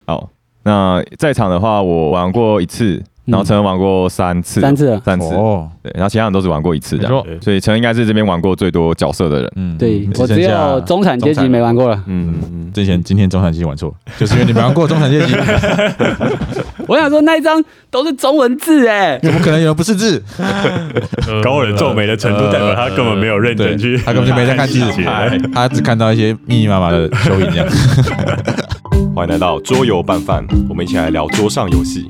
好，那在场的话，我玩过1次。然后陈恩玩过3次哦，对，然后其他人都只玩过1次这样，所以陈恩应该是这边玩过最多角色的人。 对，我只有中产阶级没玩过了。 今天中产阶级玩错，就是因为你没玩过中产阶级。 我想说那一张都是中文字哎， 怎么可能有人不是字？ 高人皱眉的程度代表他根本没有认真去， 他根本就没在看记事他只看到一些密密麻麻的蚯蚓这样。 欢迎来到桌游拌饭，我们一起来聊桌上游戏。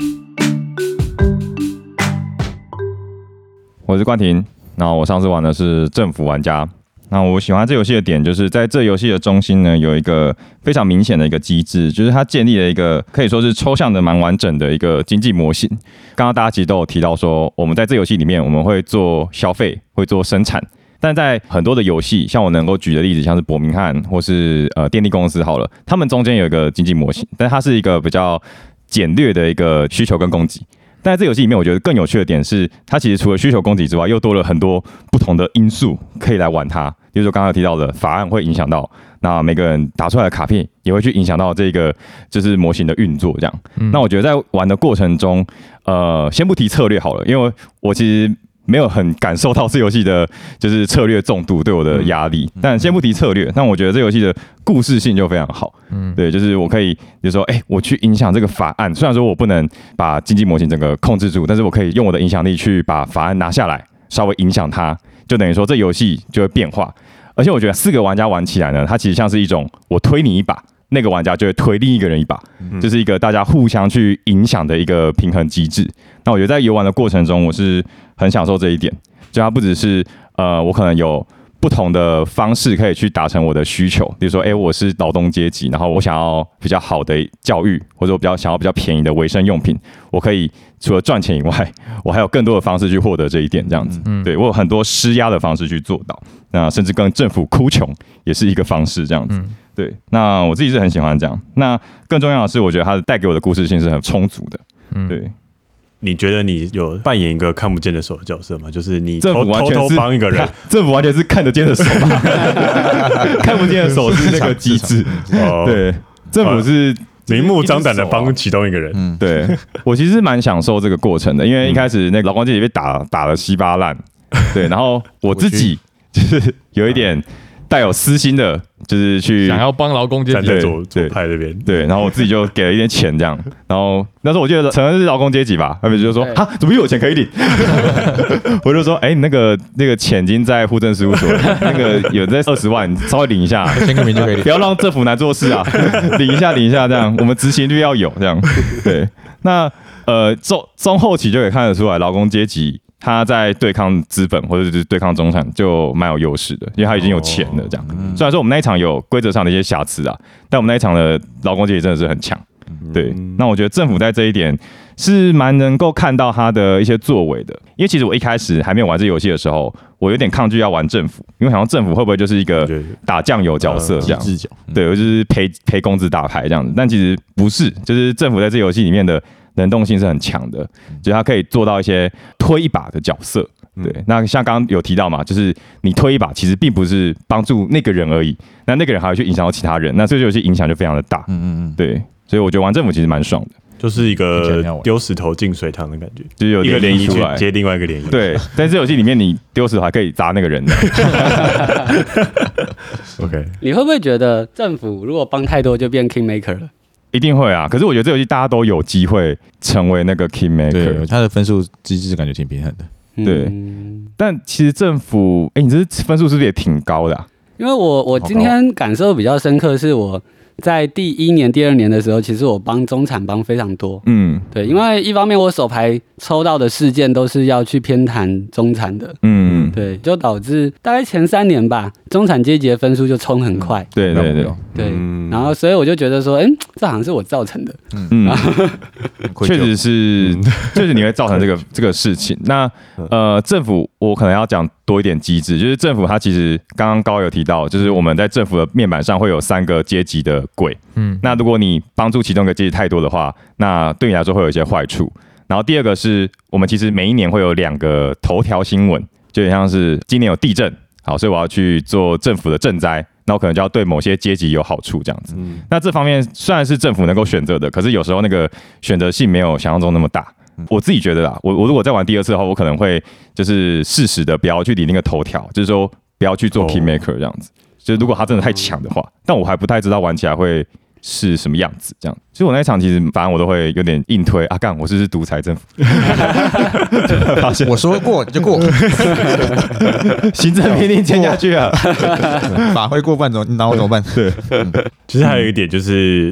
我是冠廷，然后我上次玩的是政府玩家。那我喜欢这游戏的点就是在这游戏的中心呢，有一个非常明显的一个机制，就是它建立了一个可以说是抽象的蛮完整的一个经济模型。刚刚大家其实都有提到说，我们在这游戏里面我们会做消费，会做生产。但在很多的游戏，像我能够举的例子，像是伯明翰或是电力公司好了，他们中间有一个经济模型，但它是一个比较简略的一个需求跟供给。但在这游戏里面，我觉得更有趣的点是，它其实除了需求供给之外，又多了很多不同的因素可以来玩它。比如说刚刚提到的法案会影响到，那每个人打出来的卡片也会去影响到这个就是模型的运作这样。那我觉得在玩的过程中，先不提策略好了，因为我其实没有很感受到这游戏的就是策略重度对我的压力，但先不提策略，但我觉得这游戏的故事性就非常好。对，就是我可以，就是说，我去影响这个法案，虽然说我不能把经济模型整个控制住，但是我可以用我的影响力去把法案拿下来，稍微影响它，就等于说这游戏就会变化。而且我觉得4个玩家玩起来呢，它其实像是一种我推你一把，那个玩家就会推另一个人一把，就是一个大家互相去影响的一个平衡机制。那我觉得在游玩的过程中，我是很享受这一点，就它不只是我可能有不同的方式可以去达成我的需求，比如说我是劳动阶级，然后我想要比较好的教育，或者我想要比较便宜的维生用品，我可以除了赚钱以外，我还有更多的方式去获得这一点，这样子。对，我有很多施压的方式去做到，那甚至跟政府哭穷也是一个方式，这样子。对，那我自己是很喜欢这样。那更重要的是，我觉得它带给我的故事性是很充足的。对。 你觉得你有扮演一个看不见的手的角色吗？就是你偷偷帮一个人， 政府完全是看得见的手吧？看不见的手是那个机制。对，政府是明目张胆的帮其中一个人。 对，我其实蛮享受这个过程的，因为一开始那个劳工阶级被打了稀巴烂，对，然后我自己就是有一点带有私心的，就是去想要帮劳工阶级站在左派这边， 对，然后我自己就给了一点钱这样，然后那时候我记得陈恩是劳工阶级吧，他们就说哈，怎么又有钱可以领？我就说那个钱已经在户政事务所，那个有在20万，稍微领一下， 签个名就可以领， 不要让政府难做事啊，领一下这样，我们执行率要有这样，对，那中后期就可以看得出来，劳工阶级他在对抗资本或者是对抗中产就蛮有优势的，因为他已经有钱了这样。虽然说我们那一场有规则上的一些瑕疵啊，但我们那一场的劳工阶级真的是很强。对，那我觉得政府在这一点是蛮能够看到他的一些作为的，因为其实我一开始还没有玩这游戏的时候，我有点抗拒要玩政府，因为想到政府会不会就是一个打酱油角色这样，对，就是陪公子打牌这样子，但其实不是，就是政府在这游戏里面的能动性是很强的，就是他可以做到一些推一把的角色。对，那像刚刚有提到嘛，就是你推一把，其实并不是帮助那个人而已，那个人还会去影响到其他人，那这个游戏影响就非常的大。对，所以我觉得玩政府其实蛮爽的， 就是一个丢石头进水塘的感觉， 就是有一个涟漪去接另外一个涟漪。 对，但这游戏里面你丢石头还可以砸那个人的。 OK， 你会不会觉得政府如果帮太多就变 Kingmaker 了？ 一定会啊，可是我觉得这游戏大家都有机会成为那个 Kingmaker， 对，他的分数机制感觉挺平衡的。 对，但其实政府，你这分数是不是也挺高的啊？ 因为我今天感受比较深刻，是我在第1年、第2年的时候，其实我帮中产帮非常多。对，因为一方面我手牌抽到的事件都是要去偏袒中产的，对，就导致大概前3年吧，中产阶级的分数就冲很快。 对， 然后所以我就觉得说，这好像是我造成的。 确实是，你会造成这个事情。那政府我可能要讲多一点机制，就是政府它其实刚刚高有提到，就是我们在政府的面板上会有3个阶级的轨。那如果你帮助其中一个阶级太多的话，那对你来说会有一些坏处。然后第二个是我们其实每一年会有2个头条新闻，就有点像是今年有地震， 好，所以我要去做政府的赈灾，那我可能就要对某些阶级有好处这样子。那这方面虽然是政府能够选择的，可是有时候那个选择性没有想象中那么大。我自己觉得啦，我如果再玩第2次的话，我可能会就是适时的不要去理那个头条，就是说不要去做 Kingmaker 这样子。就是如果他真的太强的话，但我还不太知道玩起来会是什么样子这样。所以我那一场其实反正我都会有点硬推啊，干我是独裁政府， 发现我说过你就过， 行政命令签下去啊， 法会过半种，你拿我怎么办？对， 其实还有一点就是。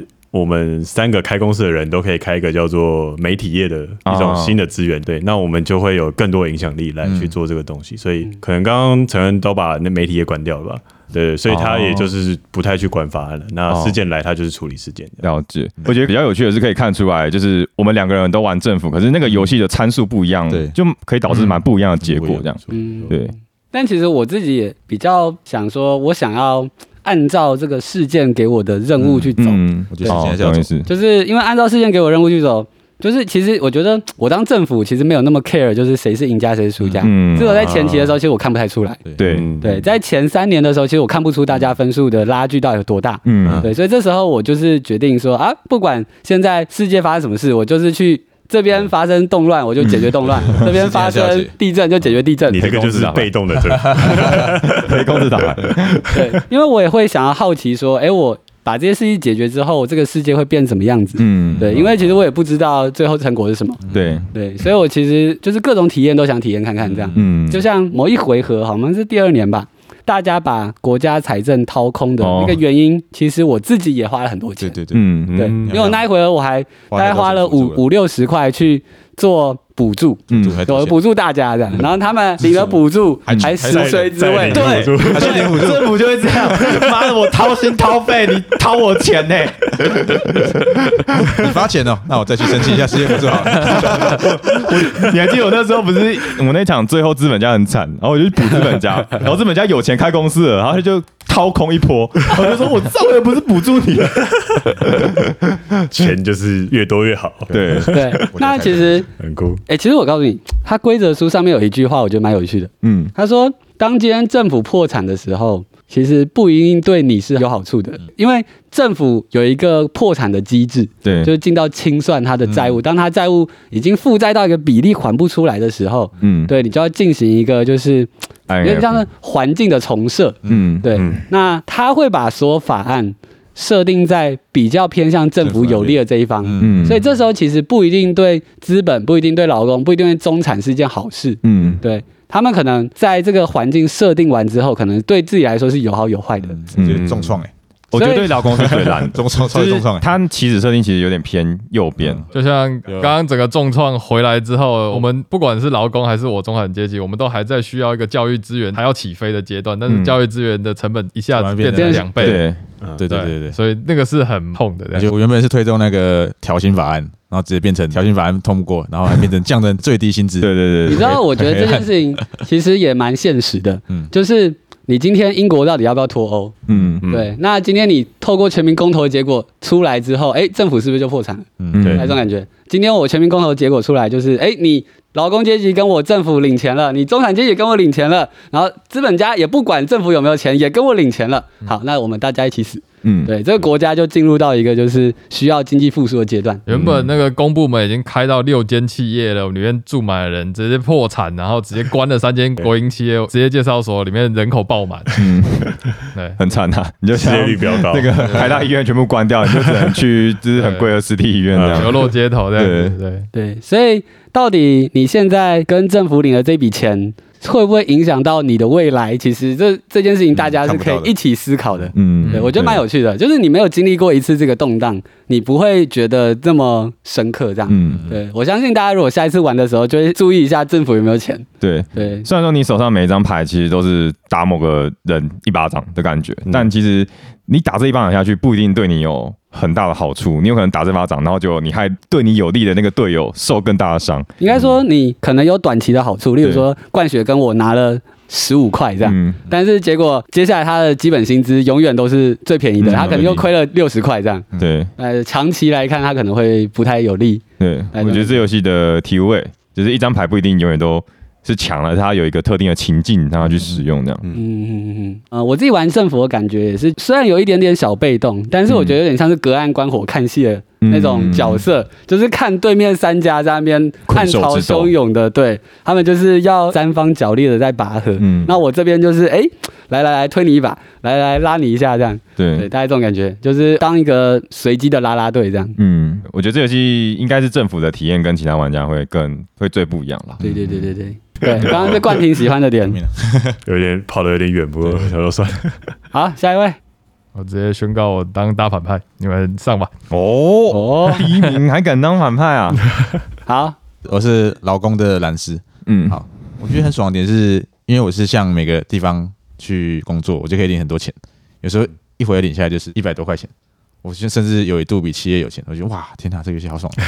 我们3个开公司的人都可以开一个叫做媒体业的一种新的资源，对，那我们就会有更多的影响力来去做这个东西。所以可能刚刚承认都把那媒体业关掉了吧？对，所以他也就是不太去管法案了。那事件来，他就是处理事件。 了解。我觉得比较有趣的是可以看出来，就是我们2个人都玩政府，可是那个游戏的参数不一样，就可以导致蛮不一样的结果这样。对。 但其实我自己也比较想说，我想要按照这个事件给我的任务去走。 我觉得事件是要走， 就是因为按照事件给我任务去走。就是其实我觉得我当政府其实没有那么 care， 就是谁是赢家谁是输家。这个在前期的时候其实我看不太出来。对，在前3年的时候，其实我看不出大家分数的拉距到底有多大。对，所以这时候我就是决定说啊，不管现在世界发生什么事，我就是去。这边发生动乱，我就解决动乱；这边发生地震，就解决地震。 你这个就是被动的政府， 陪公司打完。 对，因为我也会想要好奇说，我把这些事情解决之后，这个世界会变什么样子？对，因为其实我也不知道最后成果是什么。对，所以我其实就是各种体验都想体验看看，这样。就像某一回合，好像是第2年吧。大家把国家财政掏空的那个原因，其实我自己也花了很多钱。对，因为我那一回合我还大概花了50-60块去做补助，补助大家这样，然后他们领了补助还食髓知味， 对，政府就会这样，妈的，我掏心掏肺，你掏我钱呢？ 你发钱哦，那我再去申请一下世界补助好了。 你还记得我那时候不是我那场最后资本家很惨，然后我就去补资本家，然后资本家有钱开公司了，然后他就掏空一波，我就说我造的不是补助你， 钱就是越多越好。 对，那其实很酷。 其实我告诉你，他规则书上面有一句话，我觉得蛮有趣的。他说，当今天政府破产的时候，其实不一定对你是有好处的，因为政府有一个破产的机制，对，就是进到清算他的债务。当他债务已经负债到一个比例还不出来的时候，对，你就要进行一个就是有点像是环境的重设。对，那他会把所有法案设定在比较偏向政府有利的这一方，所以这时候其实不一定对资本，不一定对劳工，不一定对中产是一件好事。对，他们可能在这个环境设定完之后，可能对自己来说是有好有坏的。 重创我觉得对劳工是最烂， 重创。 它起始设定其实有点偏右边， 就像刚刚整个重创回来之后，我们不管是劳工还是我中产阶级，我们都还在需要一个教育资源还要起飞的阶段，但是教育资源的成本一下子变成2倍。对，所以那个是很痛的。 我原本是推动那个调薪法案，然后直接变成调薪法案通不过，然后还变成降成最低薪资。对。 你知道，我觉得这件事情其实也蛮现实的，就是你今天英国到底要不要脱欧？对。那今天你透过全民公投的结果出来之后，政府是不是就破产了？对，那种感觉。今天我全民公投的结果出来，就是你劳工阶级跟我政府领钱了，你中产阶级也跟我领钱了，然后资本家也不管政府有没有钱，也跟我领钱了。好，那我们大家一起死。对，这个国家就进入到一个就是需要经济复苏的阶段。 原本那个公部门已经开到6间企业了，里面住满了人，直接破产，然后直接关了3间国营企业，职业介绍所里面人口爆满。 对，很惨啊！你就失业率比较高， 那个台大医院全部关掉，你就只能去就是很贵的实体医院这样， 流落街头这样。 对，所以到底你现在跟政府领了这笔钱，会不会影响到你的未来？其实这件事情大家是可以一起思考的。对，我觉得蛮有趣的，就是你没有经历过一次这个动荡，你不会觉得这么深刻这样。对，我相信大家如果下一次玩的时候，就会注意一下政府有没有钱。对， 虽然说你手上每一张牌其实都是打某个人一巴掌的感觉，但其实你打这一巴掌下去，不一定对你有很大的好处，你有可能打这巴掌，然后就你还对你有利的那个队友受更大的伤。 应该说你可能有短期的好处，例如说冠雪跟我拿了15块这样，但是结果接下来他的基本薪资永远都是最便宜的，他可能又亏了60块这样。对，长期来看他可能会不太有利。 对，我觉得这游戏的体味就是一张牌不一定永远都是强了，它有一个特定的情境，让它去使用这样。 我自己玩政府的感觉也是，虽然有一点点小被动，但是我觉得有点像是隔岸观火看戏的那种角色，就是看对面3家在那边暗潮汹涌的，对他们就是要三方角力的在拔河。那我这边就是来推你一把，来拉你一下这样。对，大概这种感觉，就是当一个随机的啦啦队这样。 我觉得这游戏应该是政府的体验跟其他玩家会最不一样啦。 对，刚刚是冠廷喜欢的点， 跑得有点远，不过想说算了。 好，下一位。 我直接宣告我当大反派，你们上吧。 第一名还敢当反派啊？ 好， 我是劳工的蓝斯。好，我觉得很爽的点是，因为我是向每个地方去工作，我就可以领很多钱。有时候一回领下来就是100多块钱，我甚至有一度比企业有钱。我觉得哇，天哪，这个游戏好爽！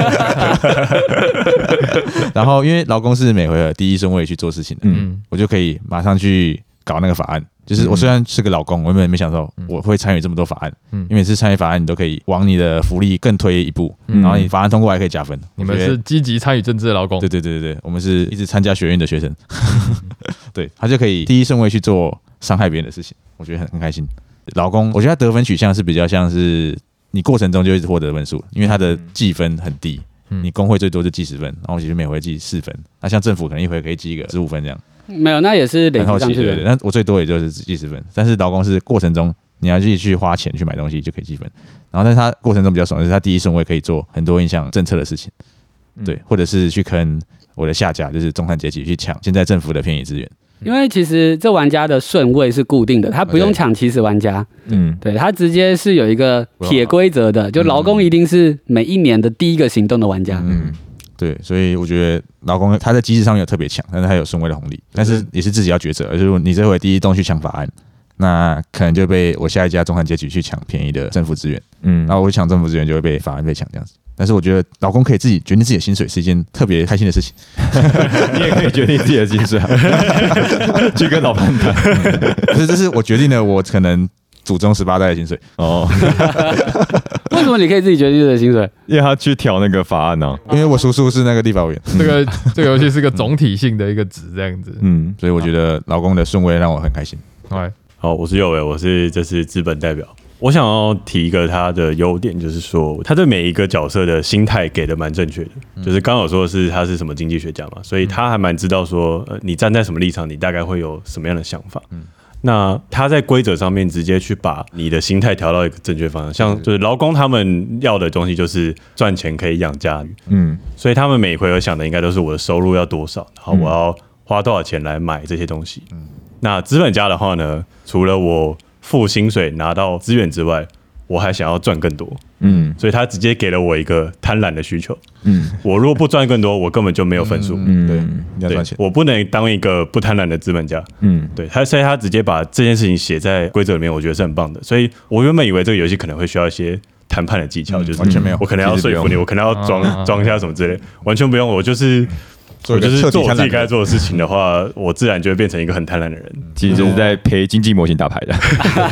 然后因为劳工是每回合第一顺位去做事情的，我就可以马上去搞那个法案。就是我虽然是个劳工，我原本没想到我会参与这么多法案，因为每次参与法案，你都可以往你的福利更推一步，然后你法案通过还可以加分。 你们是积极参与政治的劳工？ 对，我们是一直参加学院的学生。对，他就可以第一顺位去做伤害别人的事情，我觉得很开心。劳工，我觉得他得分取向是比较像是你过程中就一直获得分数，因为他的计分很低，你工会最多就记10分，然后其实每回记4分。那像政府可能一回可以记一个15分这样。 没有，那也是累积上去的。 对，那我最多也就是记10分，但是劳工是过程中你要自己去花钱去买东西就可以积分，然后但是他过程中比较爽，就是他第一顺位可以做很多影响政策的事情，对，或者是去跟我的下家就是中产阶级去抢现在政府的便宜资源。 因为其实这玩家的顺位是固定的，他不用抢起始玩家，对，他直接是有一个铁规则的，就劳工一定是每一年的第一个行动的玩家。 对，所以我觉得劳工他在机制上面有特别强，但是他有顺位的红利，但是也是自己要抉择。而是你这回第一动去抢法案，那可能就被我下一家中产阶级去抢便宜的政府资源，然后我抢政府资源就会被法案被抢这样子。但是我觉得劳工可以自己决定自己的薪水是一件特别开心的事情。 你也可以决定自己的薪水，去跟老板谈。 可是这是我决定了，我可能祖宗18代的薪水。 为什么你可以自己决定自己的薪水？ 因为他去调那个法案呢， 因为我叔叔是那个立法委员。 这个游戏是个总体性的一个值这样子。 所以我觉得劳工的顺位让我很开心。 好，我是佑伟，我是这次资本代表。我想要提一个他的优点，就是说他对每一个角色的心态给的蛮正确的。就是刚好说的是他是什么经济学家嘛，所以他还蛮知道说，你站在什么立场，你大概会有什么样的想法。那他在规则上面直接去把你的心态调到一个正确方向，像就是劳工他们要的东西就是赚钱可以养家，所以他们每一回合想的应该都是我的收入要多少，然后我要花多少钱来买这些东西。那资本家的话呢，除了我付薪水拿到资源之外，我还想要赚更多，所以他直接给了我一个贪婪的需求，我如果不赚更多，我根本就没有分数， 对，你要赚钱， 我不能当一个不贪婪的资本家，对，所以他直接把这件事情写在规则里面，我觉得是很棒的，所以我原本以为这个游戏可能会需要一些谈判的技巧，就是完全没有， 我可能要说服你，我可能要装一下什么之类，完全不用，我就是做我自己该做的事情的话，我自然就会变成一个很贪婪的人。 其实就是在陪经济模型打牌的，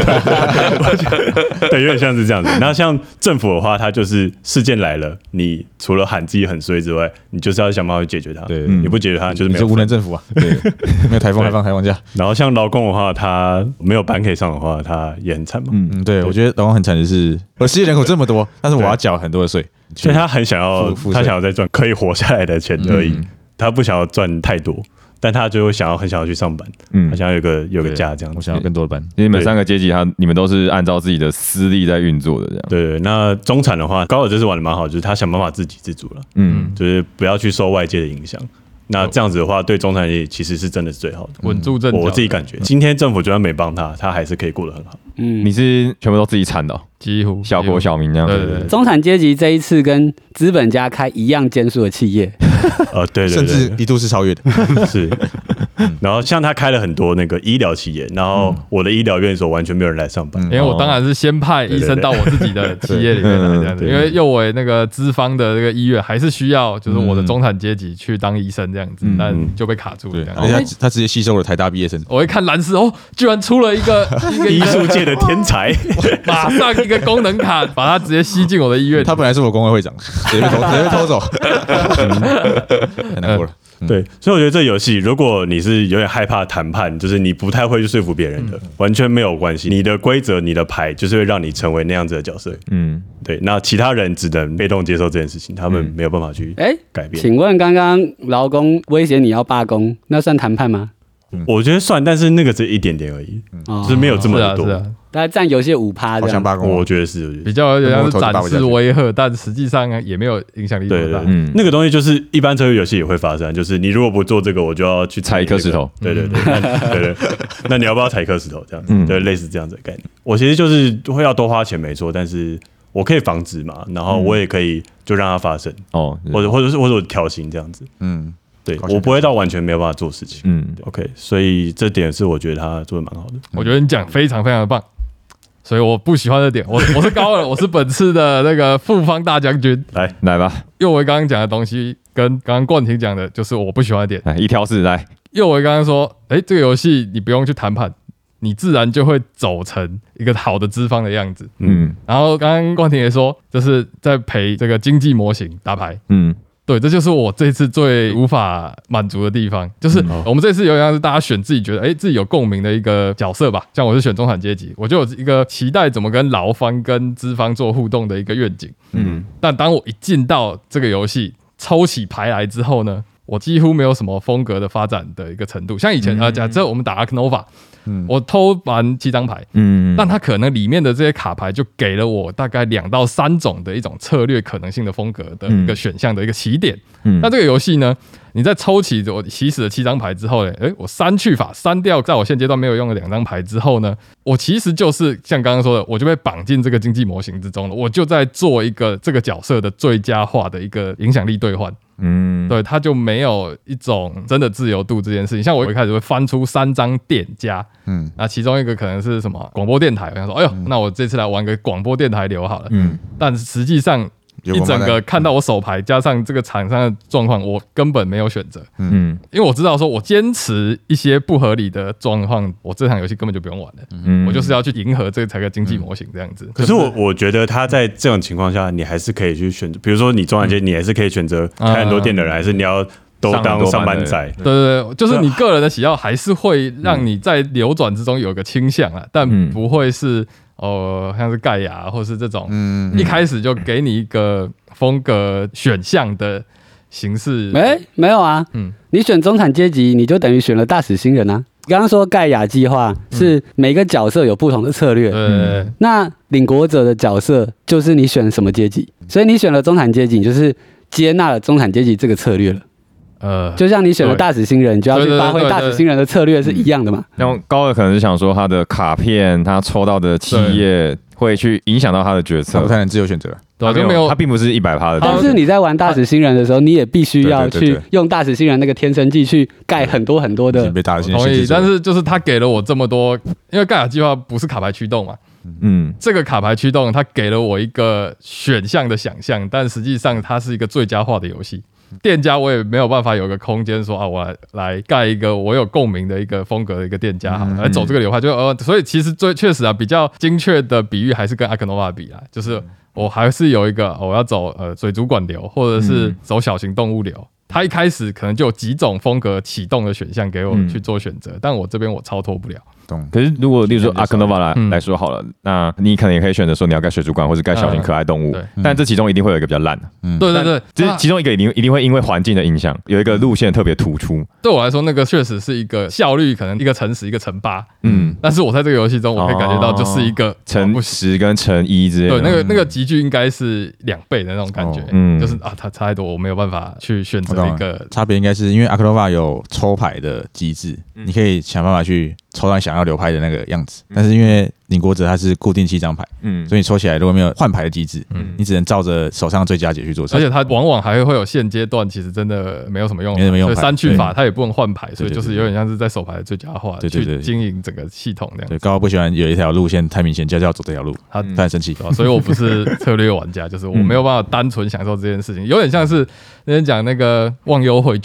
对，有点像是这样子。那像政府的话，它就是事件来了，你除了喊自己很衰之外，你就是要想办法去解决它。对，你不解决它，就是没有。 是无能政府啊，对，没有台风还放台风假。 然后像劳工的话，他没有班可以上的话，他也很惨嘛。 对，我觉得劳工很惨的是，我失业人口这么多，但是我要缴很多的税， 所以他很想要，他想要再赚可以活下来的钱而已。他不想要赚太多，但他就很想要去上班，他想要有个家这样。 我想要更多的班。 你们3个阶级，你们都是按照自己的私利在运作的这样。 对，那中产的话，高尔这次玩的蛮好，就是他想办法自给自足了，就是不要去受外界的影响。那这样子的话，对中产阶级其实是真的是最好的， 稳住阵脚。 我自己感觉，今天政府就算没帮他，他还是可以过得很好。 你是全部都自己产的， 几乎小国小民那样。 对， 中产阶级这一次跟资本家开一样间数的企业， 对， 甚至一度是超越的， 是。然后像他开了很多那个医疗企业，然后我的医疗院所完全没有人来上班， 因为我当然是先派医生到我自己的企业里面来这样子，因为右伟那个资方的这个医院还是需要就是我的中产阶级去当医生这样子，但就被卡住了。 而且他直接吸收了台大毕业生。 我一看蓝斯居然出了一个医术界的天才， 马上一个功能卡把他直接吸进我的医院。 他本来是我工会会长，直接被偷走，太难过了。 对，所以我觉得这游戏，如果你是有点害怕谈判，就是你不太会去说服别人的，完全没有关系。你的规则、你的牌，就是会让你成为那样子的角色。对。那其他人只能被动接受这件事情，他们没有办法去改变。 请问刚刚劳工威胁你要罢工，那算谈判吗？ 我觉得算，但是那个只一点点而已，就是没有这么多。 大概占游戏5%这样。 我觉得是比较像是展示威吓，但实际上也没有影响力多大。 那个东西就是一般策略游戏也会发生，就是你如果不做这个，我就要去踩一颗石头。 对，那你要不要踩一颗石头？这样，对，类似这样子的概念。我其实就是会要多花钱没错，但是我可以防止嘛，然后我也可以就让它发生或者我挑衅这样子。对，我不会到完全没有办法做事情。OK， 所以这点是我觉得他做的蛮好的。 我觉得你讲非常非常的棒。所以我不喜欢的点，我是高二，我是本次的那个复方大将军， 来吧。 佑维刚刚讲的东西跟刚刚冠廷讲的，就是我不喜欢的点。 一条是来， 佑维刚刚说，这个游戏你不用去谈判，你自然就会走成一个好的资方的样子。然后刚刚冠廷也说，就是在陪这个经济模型打牌。对，这就是我这次最无法满足的地方，就是我们这次有点像是大家选自己觉得自己有共鸣的一个角色吧，像我是选中产阶级，我就有一个期待怎么跟劳方跟资方做互动的一个愿景。但当我一进到这个游戏抽起牌来之后呢，我几乎没有什么风格的发展的一个程度，像以前假设我们打 Arcnova。我偷玩7张牌，但它可能里面的这些卡牌就给了我大概2到3种的一种策略可能性的风格的一个选项的一个起点。那这个游戏呢，你在抽起我起始的7张牌之后呢，我删去法删掉在我现阶段没有用的2张牌之后呢，我其实就是像刚刚说的，我就被绑进这个经济模型之中了，我就在做一个这个角色的最佳化的一个影响力兑换。对，他就没有一种真的自由度这件事情。像我一开始会翻出3张店家，那其中一个可能是什么广播电台，我想说，那我这次来玩个广播电台流好了。但实际上一整个看到我手牌加上这个场上的状况，我根本没有选择。因为我知道说我坚持一些不合理的状况，我这场游戏根本就不用玩了。我就是要去迎合这个经济模型这样子。 可是我觉得他在这种情况下，你还是可以去选择，比如说你中产阶级，你还是可以选择开很多店的人，还是你要都当上班仔。 对，就是你个人的喜好还是会让你在流转之中有个倾向啊，但不会是像是盖亚或是这种一开始就给你一个风格选项的形式。 没有啊。你选中产阶级，你就等于选了大使新人啊。刚刚说盖亚计划是每个角色有不同的策略，那领国者的角色就是你选什么阶级，所以你选了中产阶级，你就是接纳了中产阶级这个策略了。就像你选了大使新人，你就要去发挥大使新人的策略是一样的嘛。 那高二可能是想说，他的卡片，他抽到的企业会去影响到他的决策， 他不太能自由选择。 对，没有，他并不是100%的。 但是你在玩大使新人的时候，你也必须要去用大使新人那个天生技去盖很多很多的。 同意，但是就是他给了我这么多，因为盖亚计划不是卡牌驱动嘛。这个卡牌驱动，它给了我一个选项的想象，但实际上它是一个最佳化的游戏。店家我也没有办法有个空间说我来盖一个我有共鸣的一个风格的一个店家，来走这个流派，所以其实确实比较精确的比喻还是跟阿克诺瓦比啦，就是我还是有一个我要走水族馆流，或者是走小型动物流。他一开始可能就有几种风格启动的选项给我去做选择，但我这边我超脱不了。 可是如果例如说阿克诺瓦来说好了，那你可能也可以选择说你要盖水族馆或是盖小型可爱动物，但这其中一定会有一个比较烂的。 对， 这其中一个一定会因为环境的影响，有一个路线特别突出。 对我来说，那个确实是一个效率，可能一个乘10，一个乘8。但是我在这个游戏中，我可以感觉到就是一个乘10跟乘1之类的。 对，那个集聚应该是2倍的那种感觉。就是它差太多，我没有办法去选择一个差别，应该是因为阿克诺瓦有抽牌的机制，你可以想办法去抽到你想要流派的那个样子。但是因为领国者它是固定7张牌，所以你抽起来如果没有换牌的机制，你只能照着手上最佳解去做。 而且它往往还会有现阶段其实真的没有什么用，所以删去法它也不能换牌，所以就是有点像是在手牌的最佳化去经营整个系统这样。 对，高高不喜欢有一条路线太明显，就要走这条路，他很生气。 所以我不是策略玩家，就是我没有办法单纯享受这件事情，有点像是那天讲那个忘忧绘卷。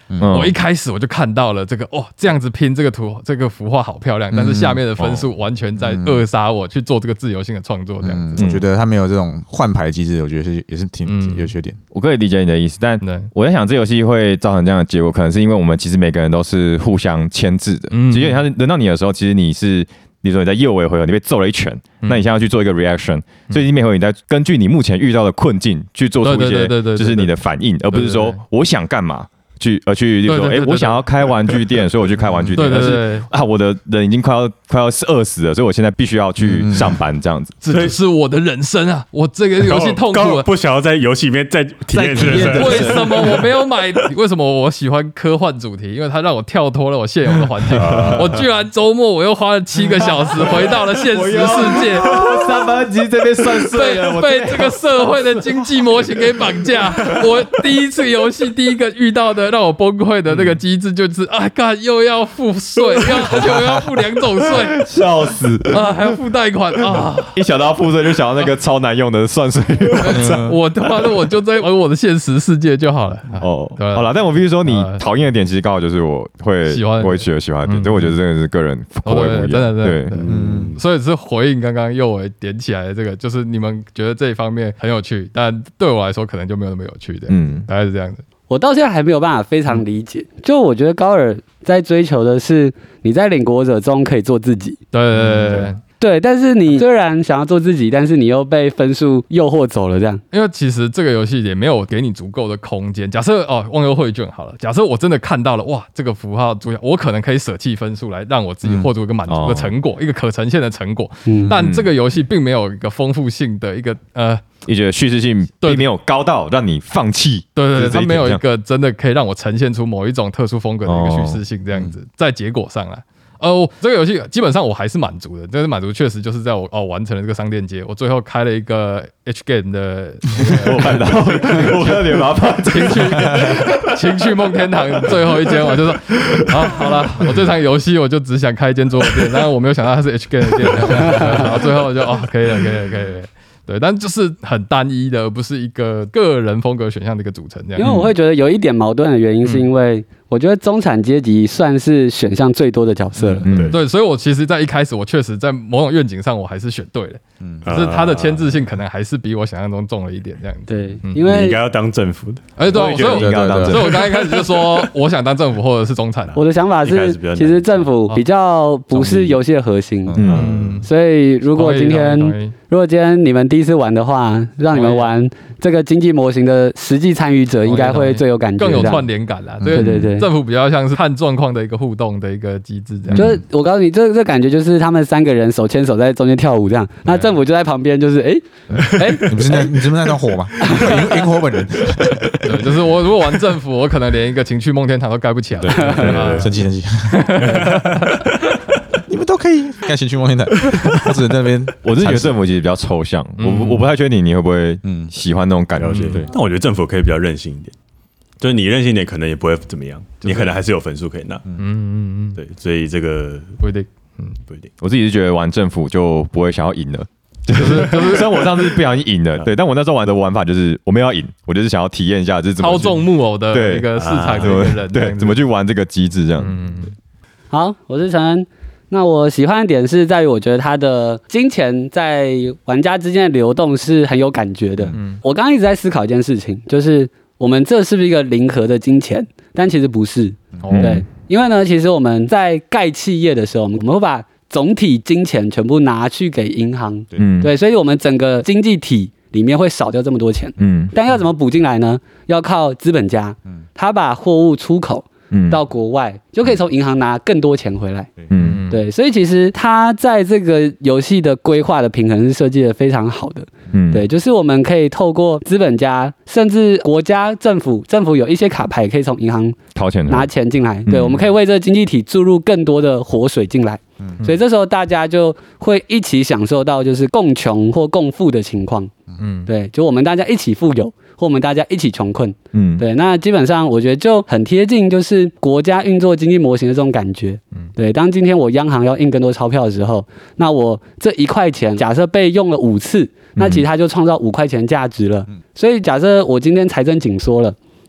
我一开始我就看到了这个这样子拼这个图，这个幅画好漂亮，但是下面的分数完全在扼杀我去做这个自由性的创作这样子。 我觉得他没有这种换牌机制，我觉得也是挺有缺点。 我可以理解你的意思，但我在想这游戏会造成这样的结果，可能是因为我们其实每个人都是互相牵制的。其实它轮到你的时候，其实你说你在右尾回合你被揍了一拳，那你现在要去做一个 reaction， 所以每回合你在根据你目前遇到的困境去做出一些就是你的反应，而不是说我想干嘛。去，例如说，我想要开玩具店，所以我去开玩具店。但是我的人已经快要饿死了，所以我现在必须要去上班，这样子。 这就是我的人生啊！我这个游戏痛苦了， 不想要在游戏里面再体验人生。 为什么我没有买？为什么我喜欢科幻主题？因为它让我跳脱了我现有的环境。我居然周末我又花了7个小时回到了现实世界。 上班机这边算碎了， 被这个社会的经济模型给绑架。我第一次游戏第一个遇到的。让我崩溃的那个机制就是干又要付税，而且我要付2种税， 笑死啊！还要付贷款啊！ 一想到付税就想到那个超难用的算税网我他妈的我就在玩我的现实世界就好了。 好了，但我必须说你讨厌的点其实刚好就是我会喜欢的点，所以我觉得真的是个人口味不一样， 真的对，所以是回应刚刚右伟点起来的这个，就是你们觉得这一方面很有趣，但对我来说可能就没有那么有趣的，大概是这样子。 我到现在还没有办法非常理解，就我觉得高尔在追求的是你在领国者中可以做自己，对，但是你虽然想要做自己，但是你又被分数诱惑走了，这样。 因为其实这个游戏也没有给你足够的空间。假设忘忧绘卷好了，假设我真的看到了这个符号主角，我可能可以舍弃分数来让我自己获得一个满足的成果，一个可呈现的成果。但这个游戏并没有一个丰富性的一个一个叙事性并没有高到让你放弃， 对，它没有一个真的可以让我呈现出某一种特殊风格的一个叙事性，这样子，在结果上来。这个游戏基本上我还是满足的，这个满足确实就是在我完成了这个商店街，我最后开了一个 H game 的， 我看到你把它放情趣梦天堂最后一间，我就说好了，我这场游戏我就只想开一间桌游店，但是我没有想到它是 H game 的店，然后最后我就可以了。对，但就是很单一的，而不是一个个人风格选项的一个组成这样。 因为我会觉得有一点矛盾的原因，是因为我觉得中产阶级算是选项最多的角色了。 对，所以我其实在一开始，我确实在某种愿景上，我还是选对了。可是它的牵制性可能还是比我想象中重了一点这样子。 对，因为你应该要当政府的。 对，所以我刚一开始就说，我想当政府或者是中产。 我的想法是，其实政府比较不是游戏的核心。所以如果今天你们第一次玩的话，让你们玩这个经济模型的实际参与者，应该会最有感觉， 更有串联感啦。对，政府比较像是看状况的一个互动的一个机制，这样。 就是我告诉你，这感觉就是他们3个人手牵手在中间跳舞这样，那政府就在旁边，就是你不是那段火吗？萤火本人。 对，就是我如果玩政府，我可能连一个情趣梦天堂都盖不起来。 对，生气。你们都可以看情趣梦天堂，我只能在那边。 我是觉得政府其实比较抽象，我不太确定你会不会喜欢那种感觉。 对，但我觉得政府可以比较任性一点，就是你任性一点，可能也不会怎么样，你可能还是有分数可以拿。对，所以这个不一定， 不一定。 我自己是觉得玩政府就不会想要赢了。就是虽然我上次不小心赢了，对，但我那时候玩的玩法就是我没有要赢，我就是想要体验一下，就是怎么操纵木偶的一个市场的一个人， 对，怎么去玩这个机制这样。 好，我是陈恩。那我喜欢的点是在于，我觉得它的金钱在玩家之间的流动是很有感觉的。我刚刚一直在思考一件事情，就是我们这是不是一个零和的金钱？但其实不是。对，因为呢，其实我们在盖企业的时候，我们会把总体金钱全部拿去给银行。对，所以我们整个经济体里面会少掉这么多钱。但要怎么补进来呢？要靠资本家，他把货物出口到国外，就可以从银行拿更多钱回来。对，所以其实他在这个游戏的规划的平衡是设计的非常好的。对，就是我们可以透过资本家，甚至国家政府有一些卡牌可以从银行掏钱拿钱进来。对，我们可以为这个经济体注入更多的活水进来。所以这时候大家就会一起享受到就是共穷或共富的情况。对，就我们大家一起富有，或我们大家一起穷困。对，那基本上我觉得就很贴近就是国家运作经济模型的这种感觉。对，当今天我央行要印更多钞票的时候，那我这1块钱假设被用了5次，那其实它就创造5块钱价值了。所以假设我今天财政紧缩了，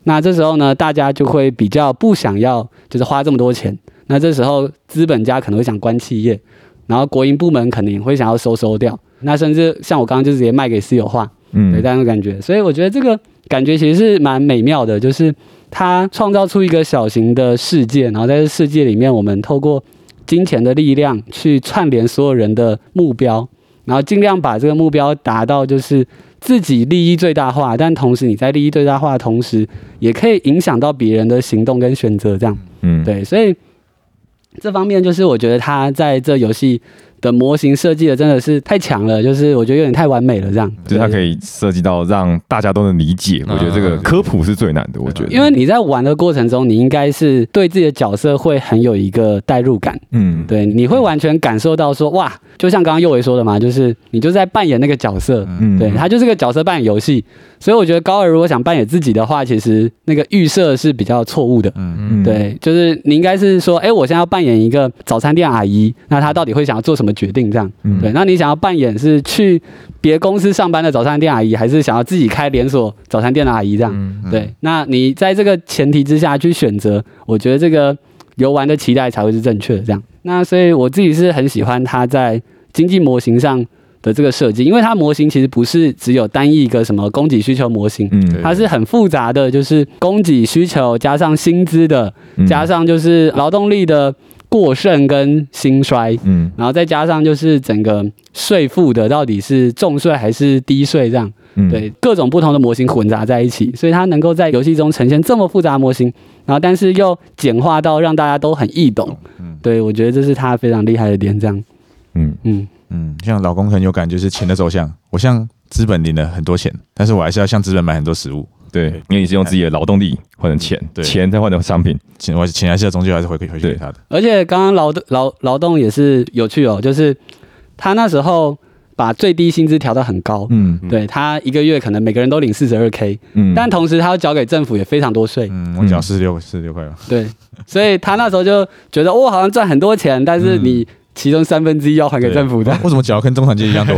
那这时候呢，大家就会比较不想要就是花这么多钱。那这时候资本家可能会想关企业，然后国营部门可能会想要收掉。那甚至像我刚刚就直接卖给私有化，对这样的感觉。所以我觉得这个感觉其实是蛮美妙的，就是它创造出一个小型的世界，然后在这世界里面，我们透过金钱的力量去串联所有人的目标，然后尽量把这个目标达到就是自己利益最大化，但同时你在利益最大化的同时，也可以影响到别人的行动跟选择，这样，对，所以这方面就是我觉得他在这游戏的模型设计的真的是太强了，就是我觉得有点太完美了，这样。 就是它可以设计到让大家都能理解，我觉得这个科普是最难的，我觉得。 因为你在玩的过程中，你应该是对自己的角色会很有一个代入感，对，你会完全感受到说，哇，就像刚刚佑维说的嘛，就是你就在扮演那个角色，对，它就是个角色扮演游戏。所以我觉得高尔如果想扮演自己的话，其实那个预设是比较错误的，对，就是你应该是说，我现在要扮演一个早餐店阿姨，那她到底会想要做什么决定这样，对，那你想要扮演是去别公司上班的早餐店阿姨，还是想要自己开连锁早餐店的阿姨这样，对，那你在这个前提之下去选择，我觉得这个游玩的期待才会是正确的这样。那所以我自己是很喜欢它在经济模型上的这个设计，因为它模型其实不是只有单一一个什么供给需求模型，它是很复杂的，就是供给需求加上薪资的，加上就是劳动力的过剩跟兴衰，然后再加上就是整个税负的到底是重税还是低税这样，对，各种不同的模型混杂在一起，所以它能够在游戏中呈现这么复杂的模型，然后但是又简化到让大家都很易懂，对，我觉得这是它非常厉害的点，这样， 像老公很有感，就是钱的走向。我向资本领了很多钱，但是我还是要向资本买很多食物。 对，因为你是用自己的劳动力换成钱，钱再换成商品， 钱还是要终究还是回去给他的。 而且刚刚劳动也是有趣哦，就是他那时候把最低薪资调到很高，对，他一个月可能每个人都领42K，但同时他要缴给政府也非常多税， 我缴46块吧。 对，所以他那时候就觉得我好像赚很多钱，但是你其中1/3要还给政府的， 为什么缴得跟中产阶级一样多？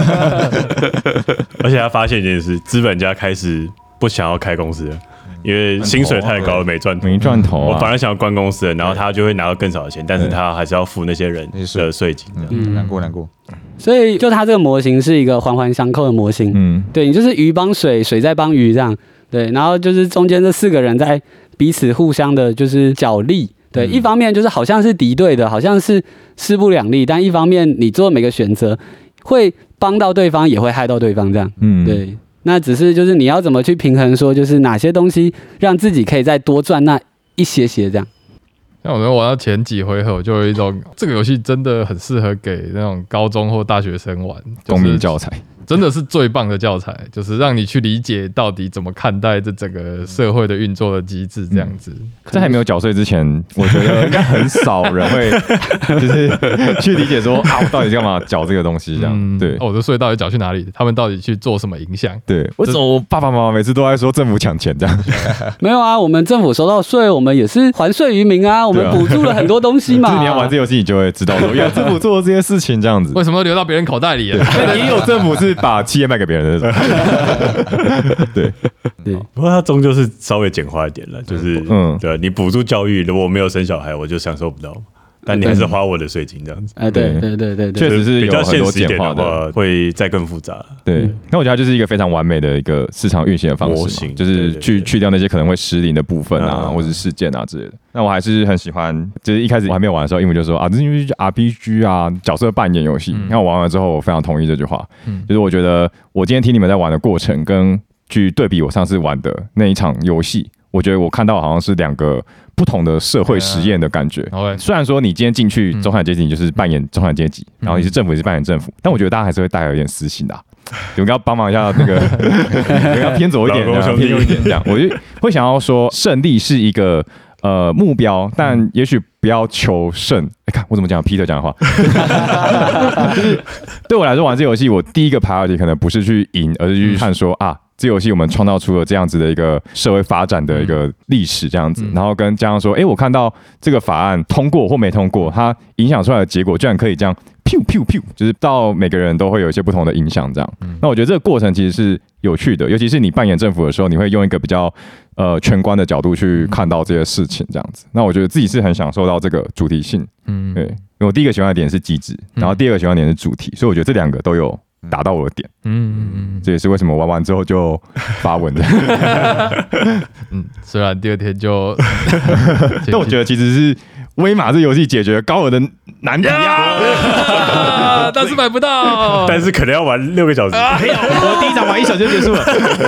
而且他发现一件事，资本家开始不想要开公司了，因为薪水太高了，没赚头啊。我反而想要关公司了，然后他就会拿到更少的钱，但是他还是要付那些人的税金。 难过。 所以就他这个模型是一个环环相扣的模型，对，你就是鱼帮水，水在帮鱼这样，对，然后就是中间这4个人在彼此互相的就是角力。对，一方面就是好像是敌对的，好像是势不两立，但一方面你做每个选择会帮到对方，也会害到对方，这样。对，那只是就是你要怎么去平衡，说就是哪些东西让自己可以再多赚那一些这样。 像我觉得玩到前几回合，我就有一种这个游戏真的很适合给那种高中或大学生玩， 公民教材。 真的是最棒的教材，就是让你去理解到底怎么看待这整个社会的运作的机制，这样子。 在还没有缴税之前，我觉得应该很少人会就是去理解说我到底干嘛缴这个东西这样。对， 我的税到底缴去哪里？他们到底去做什么影响？ 对，为什么我爸爸妈妈每次都在说政府抢钱这样？ 没有啊，我们政府收到税，我们也是还税于民啊，我们补助了很多东西嘛。 就是你要玩这游戏，你就会知道说，原来政府做的这些事情这样子。 为什么流到别人口袋里了？ 也有政府是把企业卖给别人的那种。对， 不过它终究是稍微简化一点了，就是对，你补助教育，如果我没有生小孩，我就享受不到。但你还是花我的税金这样子。 对， 确实是比较很多现实一点简化的，会再更复杂。 对，那我觉得它就是一个非常完美的一个市场运行的方式，就是去掉那些可能会失灵的部分啊，或者是事件啊之类的。那我还是很喜欢，就是一开始我还没有玩的时候，英文就说啊，这是因为 RPG 啊，角色扮演游戏。那我玩完之后，我非常同意这句话，就是我觉得我今天听你们在玩的过程，跟去对比我上次玩的那一场游戏，我觉得我看到好像是2个不同的社会实验的感觉。虽然说你今天进去中产阶级，你就是扮演中产阶级，然后你是政府，也是扮演政府，但我觉得大家还是会带有一点私心的。你们要帮忙一下那个，你们要偏左一点，偏右一点，这样我就会想要说，胜利是一个目标，但也许不要求胜。看我怎么讲 Peter 讲的话，就是对我来说玩这游戏，我第一个 priority 可能不是去赢，而是去看说啊， 这游戏我们创造出了这样子的一个社会发展的一个历史这样子，然后跟加上说，我看到这个法案通过或没通过，它影响出来的结果居然可以这样噗噗噗，就是到每个人都会有一些不同的影响这样。那我觉得这个过程其实是有趣的，尤其是你扮演政府的时候，你会用一个比较全观的角度去看到这些事情这样子。那我觉得自己是很享受到这个主题性，对，因为我第一个喜欢的点是机制，然后第二个喜欢的点是主题，所以我觉得这2个都有达到我的点，这也是为什么玩完之后就发文的。 虽然第2天就， 但我觉得其实是威马这游戏解决高尔的难题啊， 但是买不到， 但是可能要玩6个小时。 没有，我第1场玩1小时就结束了。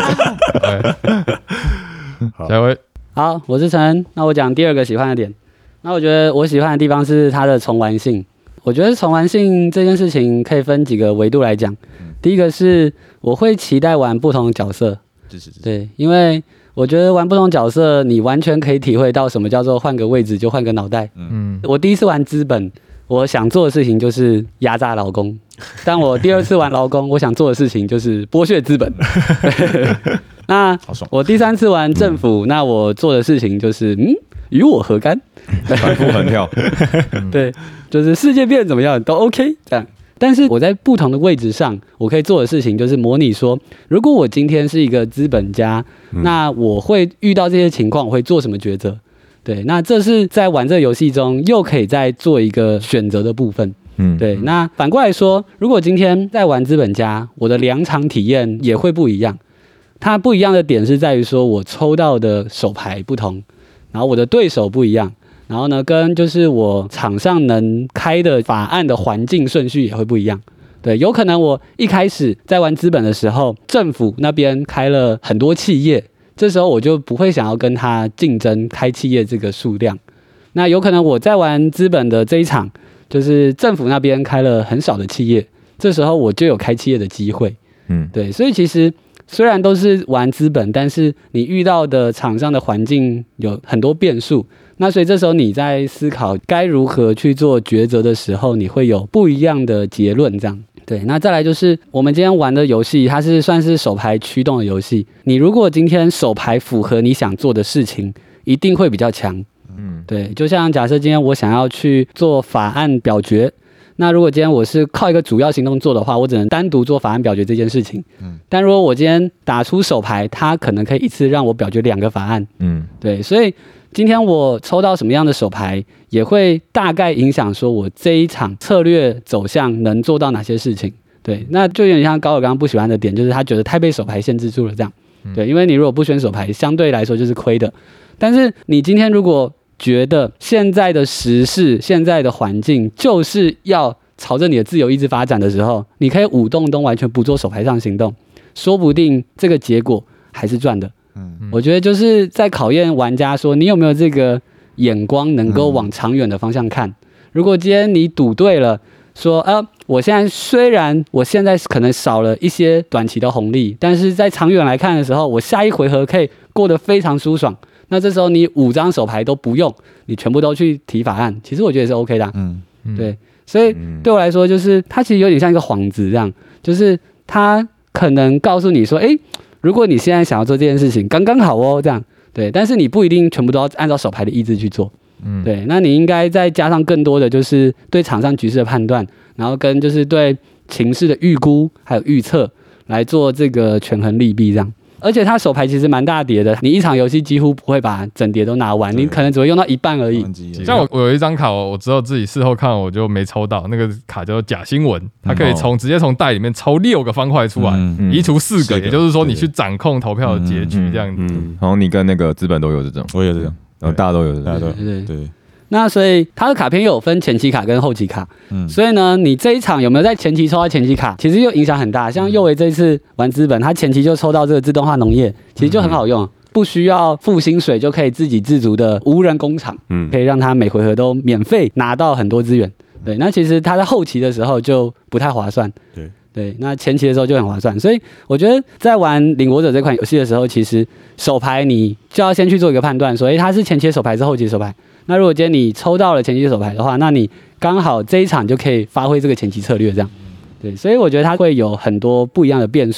下一位， 好，我是陈，那我讲第2个喜欢的点。那我觉得我喜欢的地方是它的重玩性。我觉得重玩性这件事情可以分几个维度来讲。第一个是我会期待玩不同的角色，对，因为我觉得玩不同角色，你完全可以体会到什么叫做换个位置就换个脑袋。我第1次玩资本，我想做的事情就是压榨劳工，但我第2次玩劳工，我想做的事情就是剥削资本。那我第3次玩政府，那我做的事情就是与我何干？ 反复横跳。 对，就是世界变得怎么样都 OK 这样。但是我在不同的位置上，我可以做的事情就是模拟说，如果我今天是一个资本家，那我会遇到这些情况，我会做什么抉择？对，那这是在玩这个游戏中又可以再做一个选择的部分。对。那反过来说，如果今天在玩资本家，我的2场体验也会不一样。它不一样的点是在于说我抽到的手牌不同，然后我的对手不一样。然后呢，跟就是我场上能开的法案的环境顺序也会不一样。对，有可能我一开始在玩资本的时候，政府那边开了很多企业，这时候我就不会想要跟他竞争开企业这个数量。那有可能我在玩资本的这一场，就是政府那边开了很少的企业，这时候我就有开企业的机会。对，所以其实虽然都是玩资本，但是你遇到的场上的环境有很多变数。那所以这时候你在思考该如何去做抉择的时候，你会有不一样的结论这样。对，那再来就是我们今天玩的游戏，它是算是手牌驱动的游戏。你如果今天手牌符合你想做的事情，一定会比较强。对，就像假设今天我想要去做法案表决，那如果今天我是靠一个主要行动做的话，我只能单独做法案表决这件事情。但如果我今天打出手牌，它可能可以一次让我表决2个法案。对，所以今天我抽到什么样的手牌，也会大概影响说我这一场策略走向能做到哪些事情。对，那就有点像高尔刚刚不喜欢的点，就是他觉得太被手牌限制住了这样。对，因为你如果不选手牌，相对来说就是亏的。但是你今天如果觉得现在的时事、现在的环境就是要朝着你的自由意志发展的时候，你可以舞动都完全不做手牌上行动，说不定这个结果还是赚的。我觉得就是在考验玩家说你有没有这个眼光能够往长远的方向看。如果今天你赌对了，说我现在虽然我现在可能少了一些短期的红利，但是在长远来看的时候，我下一回合可以过得非常舒爽。那这时候你5张手牌都不用，你全部都去提法案，其实我觉得也是 OK 的。对，所以对我来说，就是它其实有点像一个幌子这样，就是它可能告诉你说，如果你现在想要做这件事情，刚刚好哦，这样对，但是你不一定全部都要按照手牌的意志去做。对，那你应该再加上更多的就是对场上局势的判断，然后跟就是对情势的预估还有预测来做这个权衡利弊这样。而且它手牌其实蛮大叠的，你一场游戏几乎不会把整叠都拿完，你可能只会用到一半而已。 像我有一张卡，我之后自己事后看我就没抽到，那个卡叫做假新闻，它可以直接从袋里面抽6个方块出来，移除4个，也就是说你去掌控投票的结局这样子。 然后你跟那个资本都有这种， 我有这种， 然后大家都有这种， 对。 那所以它的卡片又有分前期卡跟后期卡，所以呢，你这一场有没有在前期抽到前期卡，其实又影响很大。像右维这次玩资本，他前期就抽到这个自动化农业，其实就很好用，不需要付薪水就可以自给自足的无人工厂，可以让他每回合都免费拿到很多资源。对，那其实他在后期的时候就不太划算。对，那前期的时候就很划算，所以我觉得在玩领国者这款游戏的时候，其实手牌你就要先去做一个判断，所以它是前期手牌是后期手牌。那如果今天你抽到了前期手牌的话，那你刚好这一场就可以发挥这个前期策略这样。对，所以我觉得它会有很多不一样的变数。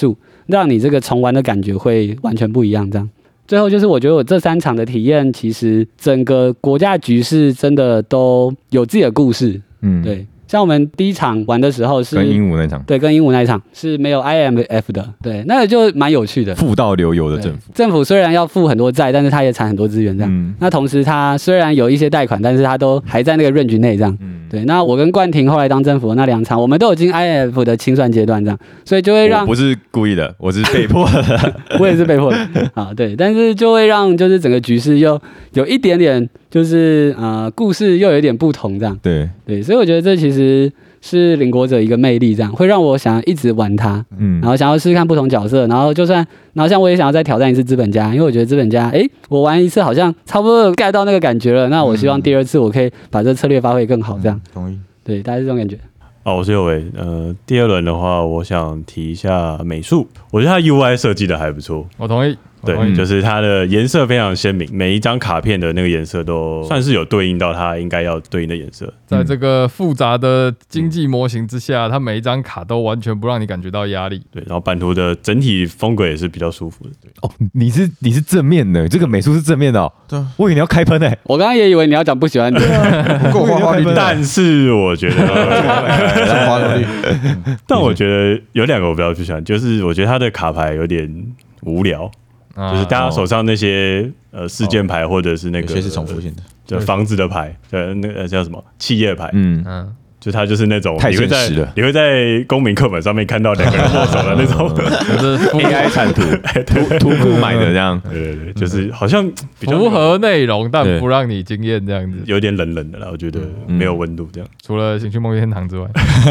让你这个重玩的感觉会完全不一样。这样，最后就是我觉得我这3场的体验，其实整个国家局势真的都有自己的故事。对。像我们第一场玩的时候是跟鹦鹉那场， 对，跟鹦鹉那一场是没有 IMF 的，对，那个就蛮有趣的。 富到流油的政府， 政府虽然要付很多债，但是他也产很多资源这样。那同时他虽然有一些贷款，但是他都还在那个 range 内这样。对，那我跟冠廷后来当政府的那2场，我们都有进 IMF 的清算阶段这样，所以就会让我不是故意的，我是被迫的， 我也是被迫的啊，对，但是就会让就是整个局势又有一点点就是故事又有一点不同这样。对，所以我觉得这其实是领国者一个魅力，这样会让我想要一直玩它，然后想要试试看不同角色，然后像我也想要再挑战一次资本家，因为我觉得资本家，我玩一次好像差不多 get 到那个感觉了，那我希望第2次我可以把这策略发挥更好，这样。 同意。 对，大概是这种感觉。 我是有为。第2轮的话，我想提一下美术，我觉得它 UI 设计的还不错。 我同意。 对，就是它的颜色非常鲜明，每一张卡片的那个颜色都算是有对应到它应该要对应的颜色。 在这个复杂的经济模型之下，它每一张卡都完全不让你感觉到压力。 对，然后版图的整体风格也是比较舒服的。 哦，你是正面的，这个美术是正面的哦。对，我以为你要开喷诶。 我刚刚也以为你要讲不喜欢你， 不够花花绿绿。 但是我觉得，但我觉得有2个我比较不喜欢，就是我觉得它的卡牌有点无聊。就是大家手上那些事件牌或者是那个有些是重复性的， 就房子的牌，那个叫什么企业牌，就它就是那种太现实了， 你会在公民课本上面看到2个人握手的那种， 就是 AI 产图，图库买的这样， 对，就是好像符合内容，但不让你惊艳这样子， 有点冷冷的啦，我觉得没有温度这样。 除了情趣梦天堂之外，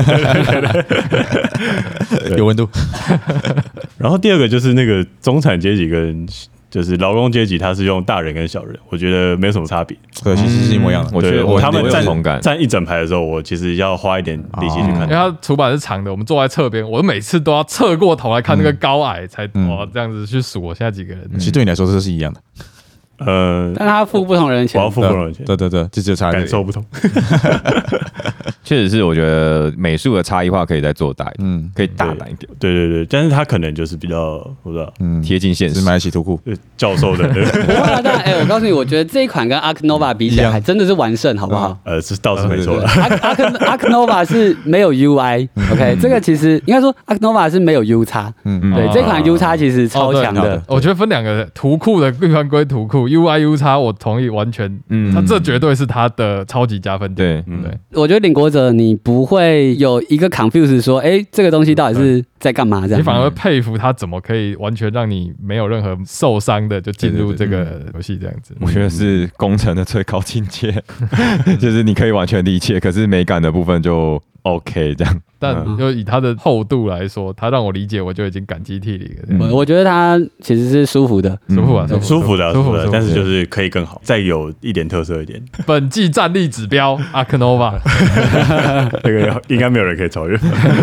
有温度。 然后第2个就是那个中产阶级跟就是劳工阶级，他是用大人跟小人，我觉得没有什么差别， 其实是一模一样的。 我觉得他们站一整排的时候，我其实要花一点力气去看， 因为它图板是长的，我们坐在侧边，我每次都要侧过头来看那个高矮，才这样子去数我现在几个人。 其实对你来说这是一样的。 但他付不同人钱， 我要付不同人钱， 对，这就差感受不同。 确实是，我觉得美术的差异化可以再做大一点，可以大胆一点。 对，但是他可能就是比较，我不知道， 贴近现实， 买得起图库教授的。 我告诉你，我觉得这一款跟 Ark Nova 比起来，还真的是完胜，好不好？ 是倒是没错。 Ark Nova 是没有 UI，OK， 这个其实应该说 Ark Nova 是没有 U 叉，对，这款 U 叉其实超强的。 我觉得分2个图库的地方归图库 ，UI U 叉我同意，完全，它这绝对是它的超级加分点。 对， 我觉得领国者你不会有一个 confuse 说，这个东西到底是在干嘛这样？ 你反而佩服他怎么可以完全让你没有任何受伤的就进入这个游戏这样子。 我觉得是工程的最高境界，就是你可以完全理解，可是美感的部分就 OK 这样。 但就以它的厚度来说，它让我理解，我就已经感激涕零了。 我觉得它其实是舒服的， 舒服的， 但是就是可以更好，再有一点特色一点。 本季战力指标 Ark Nova， 这个应该没有人可以超越。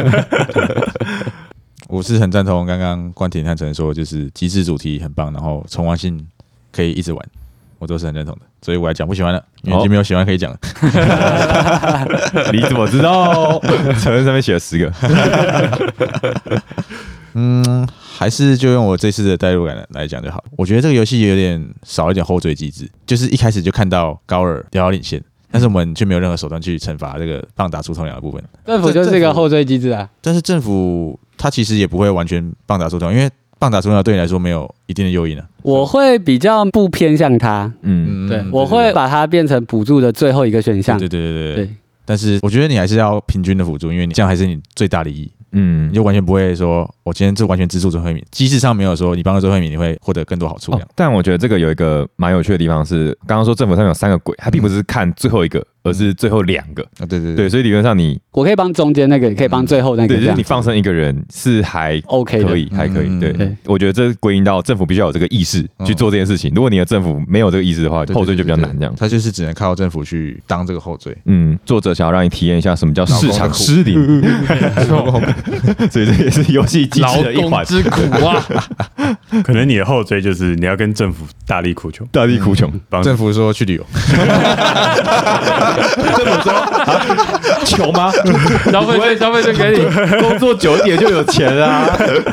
我是很赞同刚刚冠廷和陈说，就是机制主题很棒，然后重玩性可以一直玩，我都是很认同的。所以我来讲不喜欢了，因为已经没有喜欢可以讲了。 你怎么知道？承认上面写了10个。 还是就用我这次的代入感来讲就好。我觉得这个游戏有点少一点后缀机制，就是一开始就看到高尔遥遥领先，但是我们却没有任何手段去惩罚这个棒打出头鸟的部分。 政府就是一个后缀机制啊。 但是政府它其实也不会完全棒打出头鸟，因为棒打出头鸟对你来说没有一定的诱因啊。 我会比较不偏向它，对，我会把它变成辅助的最后一个选项。 对。但是我觉得你还是要平均的辅助，因为你这样还是你最大的意义。你就完全不会说，我今天就完全资助最后一名，机制上没有说你帮了最后一名你会获得更多好处。 但我觉得这个有一个蛮有趣的地方是，刚刚说政府上面有3个鬼，它并不是看最后一个，而是最后2个。对，所以理论上我可以帮中间那个，也可以帮最后那个。 对，就是你放生一个人是还 OK 可以，还可以。对，我觉得这归因到政府必须要有这个意识去做这件事情。如果你的政府没有这个意识的话，后缀就比较难这样。 他就是只能靠政府去当这个后缀。 作者想要让你体验一下什么叫市场失灵，所以这也是游戏机制的一环。 劳工之苦啊！ 可能你的后缀就是你要跟政府大力苦穷， 大力苦穷， 政府说去旅游。 这么说，穷吗？ 消费券给你， 工作久一点就有钱啊。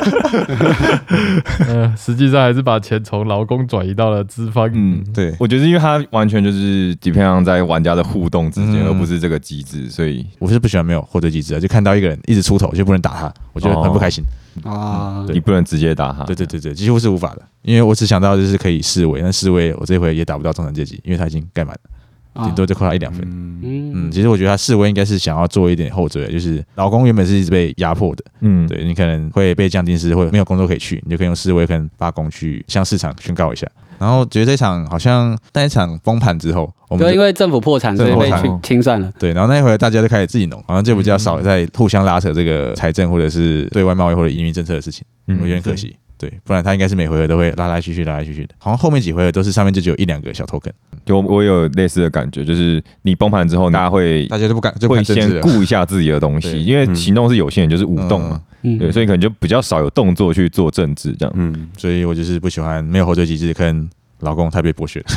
实际上还是把钱从劳工转移到了资方。 对， 我觉得是因为它完全就是 depend 在玩家的互动之间，而不是这个机制，所以我是不喜欢没有获得机制的，就看到一个人一直出头就不能打他，我觉得很不开心。 你不能直接打他。 对，几乎是无法的，因为我只想到就是可以示威，但示威我这回也打不到中产阶级，因为他已经盖满了，顶多就扣他1-2分。其实我觉得他示威应该是想要做一点后缀，就是劳工原本是一直被压迫的，对你可能会被降薪资，或者没有工作可以去，你就可以用示威跟罢工去向市场宣告一下。然后觉得这场好像那一场崩盘之后，我们就因为政府破产，所以被清算了。 对，然后那一回大家就开始自己弄，好像就比较少在互相拉扯这个财政或者是对外贸易或者移民政策的事情，我觉得很可惜。对，不然他应该是每回合都会拉来去去的，好像后面几回合都是上面就只有1-2个小 token。就我有类似的感觉，就是你崩盘之后，大家就不敢会先顾一下自己的东西，因为行动是有限，就是舞动嘛。对，所以可能就比较少有动作去做政治这样。 所以我就是不喜欢没有后缀机制，跟劳工太被剥削。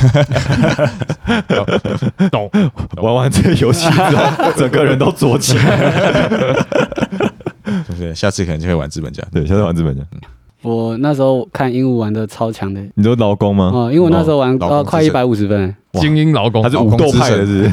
懂。玩完这个游戏之后，整个人都左起来。 对，下次可能就会玩资本家。 对，下次玩资本家。 我那时候看鹦鹉玩的超强的。 你说劳工吗？ 因为我那时候玩快150分。 精英劳工， 他是武斗派的，是。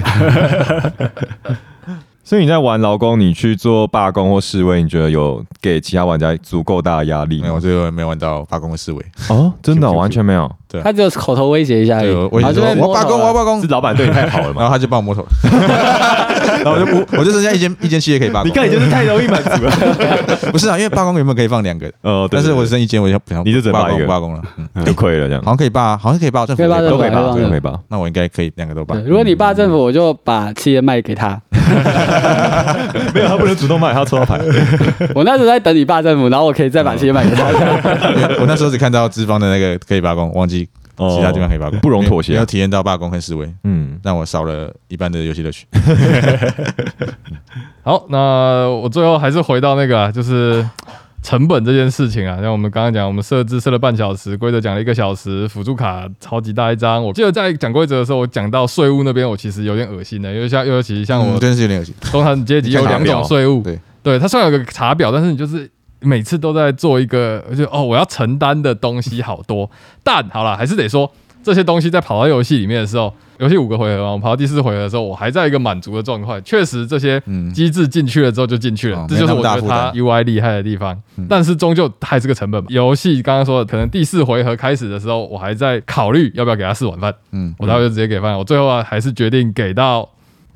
所以你在玩劳工，你去做罢工或示威，你觉得有给其他玩家足够大的压力吗？ 没有，我最后没有玩到罢工和示威。 真的完全没有。 对， 他只有口头威胁一下而已。 我要罢工，我要罢工。 是老板对你太好了嘛？ 然后他就帮我摸头，然后我就剩下一间企业可以罢工。 你看你就是太容易满足了。 不是啊，因为罢工原本可以放2个，但是我剩一间，我就不想， 你就只罢工了， 就亏了这样。 好像可以罢，政府都可以罢。 那我应该可以2个都罢。 如果你罢政府，我就把企业卖给他。 没有，他不能主动卖，他要抽到牌。 我那时候在等你罢政府，然后我可以再把企业卖给他。 我那时候只看到资方的那个可以罢工，忘记其他地方可以罢工， 不容妥协， 没有体验到罢工和示威，让我少了一半的游戏乐趣。 好，那我最后还是回到那个就是成本这件事情啊，像我们刚刚讲，我们设了半小时，规则讲了1个小时，辅助卡超级大一张。我记得在讲规则的时候，我讲到税务那边，我其实有点恶心的，因为尤其像我， 真的是有点恶心。 中产阶级有2种税务，对，它虽然有个查表，但是你就是每次都在做一个，就我要承担的东西好多。但好了，还是得说这些东西在跑到游戏里面的时候，游戏5个回合嘛，我跑到第4回合的时候，我还在一个满足的状态。确实，这些机制进去了之后就进去了，这就是我觉得它 UI 厉害的地方。但是终究还是个成本嘛。游戏刚刚说的，可能第4回合开始的时候，我还在考虑要不要给他4碗饭。我待会就直接给饭。我最后还是决定给到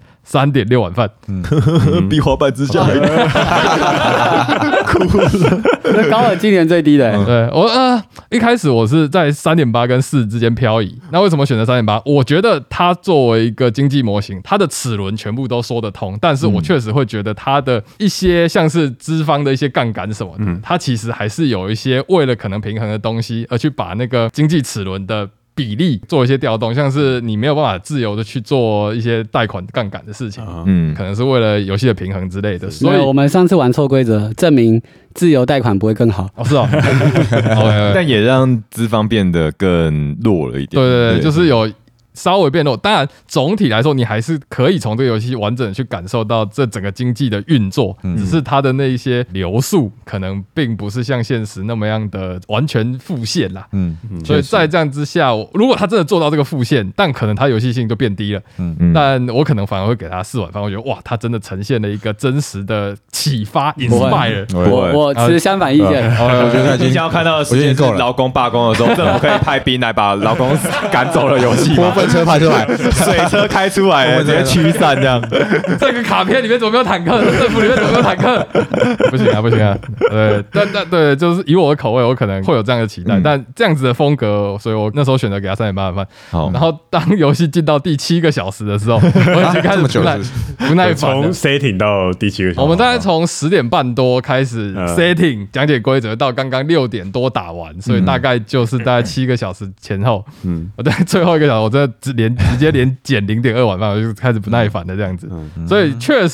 3.6碗饭， 比滑板之下还哭了。那高尔今年最低的。 对，我一开始我是在3.8跟4之间漂移。那为什么选择3.8？我觉得它作为一个经济模型，它的齿轮全部都说得通，但是我确实会觉得它的一些像是资方的一些杠杆什么的，它其实还是有一些为了可能平衡的东西，而去把那个经济齿轮的比例做一些调动，像是你没有办法自由的去做一些贷款杠杆的事情，可能是为了游戏的平衡之类的。所以我们上次玩错规则，证明自由贷款不会更好。 是哦， 但也让资方变得更弱了一点。 对，就是有稍微变弱。当然，总体来说，你还是可以从这个游戏完整的去感受到这整个经济的运作，只是它的那一些流速可能并不是像现实那么样的完全复现啦。所以在这样之下，如果他真的做到这个复现，但可能他游戏性就变低了。但我可能反而会给他4碗饭，我觉得哇，他真的呈现了一个真实的启发 ，inspire。 我持相反意见。 我觉得你想要看到的事情是劳工罢工的时候，政府可以派兵来把劳工赶走了游戏。 车派出来， 水车开出来，直接驱散这样。 这个卡片里面怎么没有坦克？政府里面怎么没有坦克？不行啊！对，就是以我的口味，我可能会有这样的期待，但这样子的风格，所以我那时候选择给他3.8碗饭。然后当游戏进到第7个小时的时候，我已经开始不耐烦了。 从 setting 到第7个小时， 我们大概从10点半多开始 setting 讲解规则，到刚刚6点多打完，所以大概就是大概7个小时前后。我在最后1个小时，我真的直接连减0.2碗饭，我就开始不耐烦的这样子。所以确实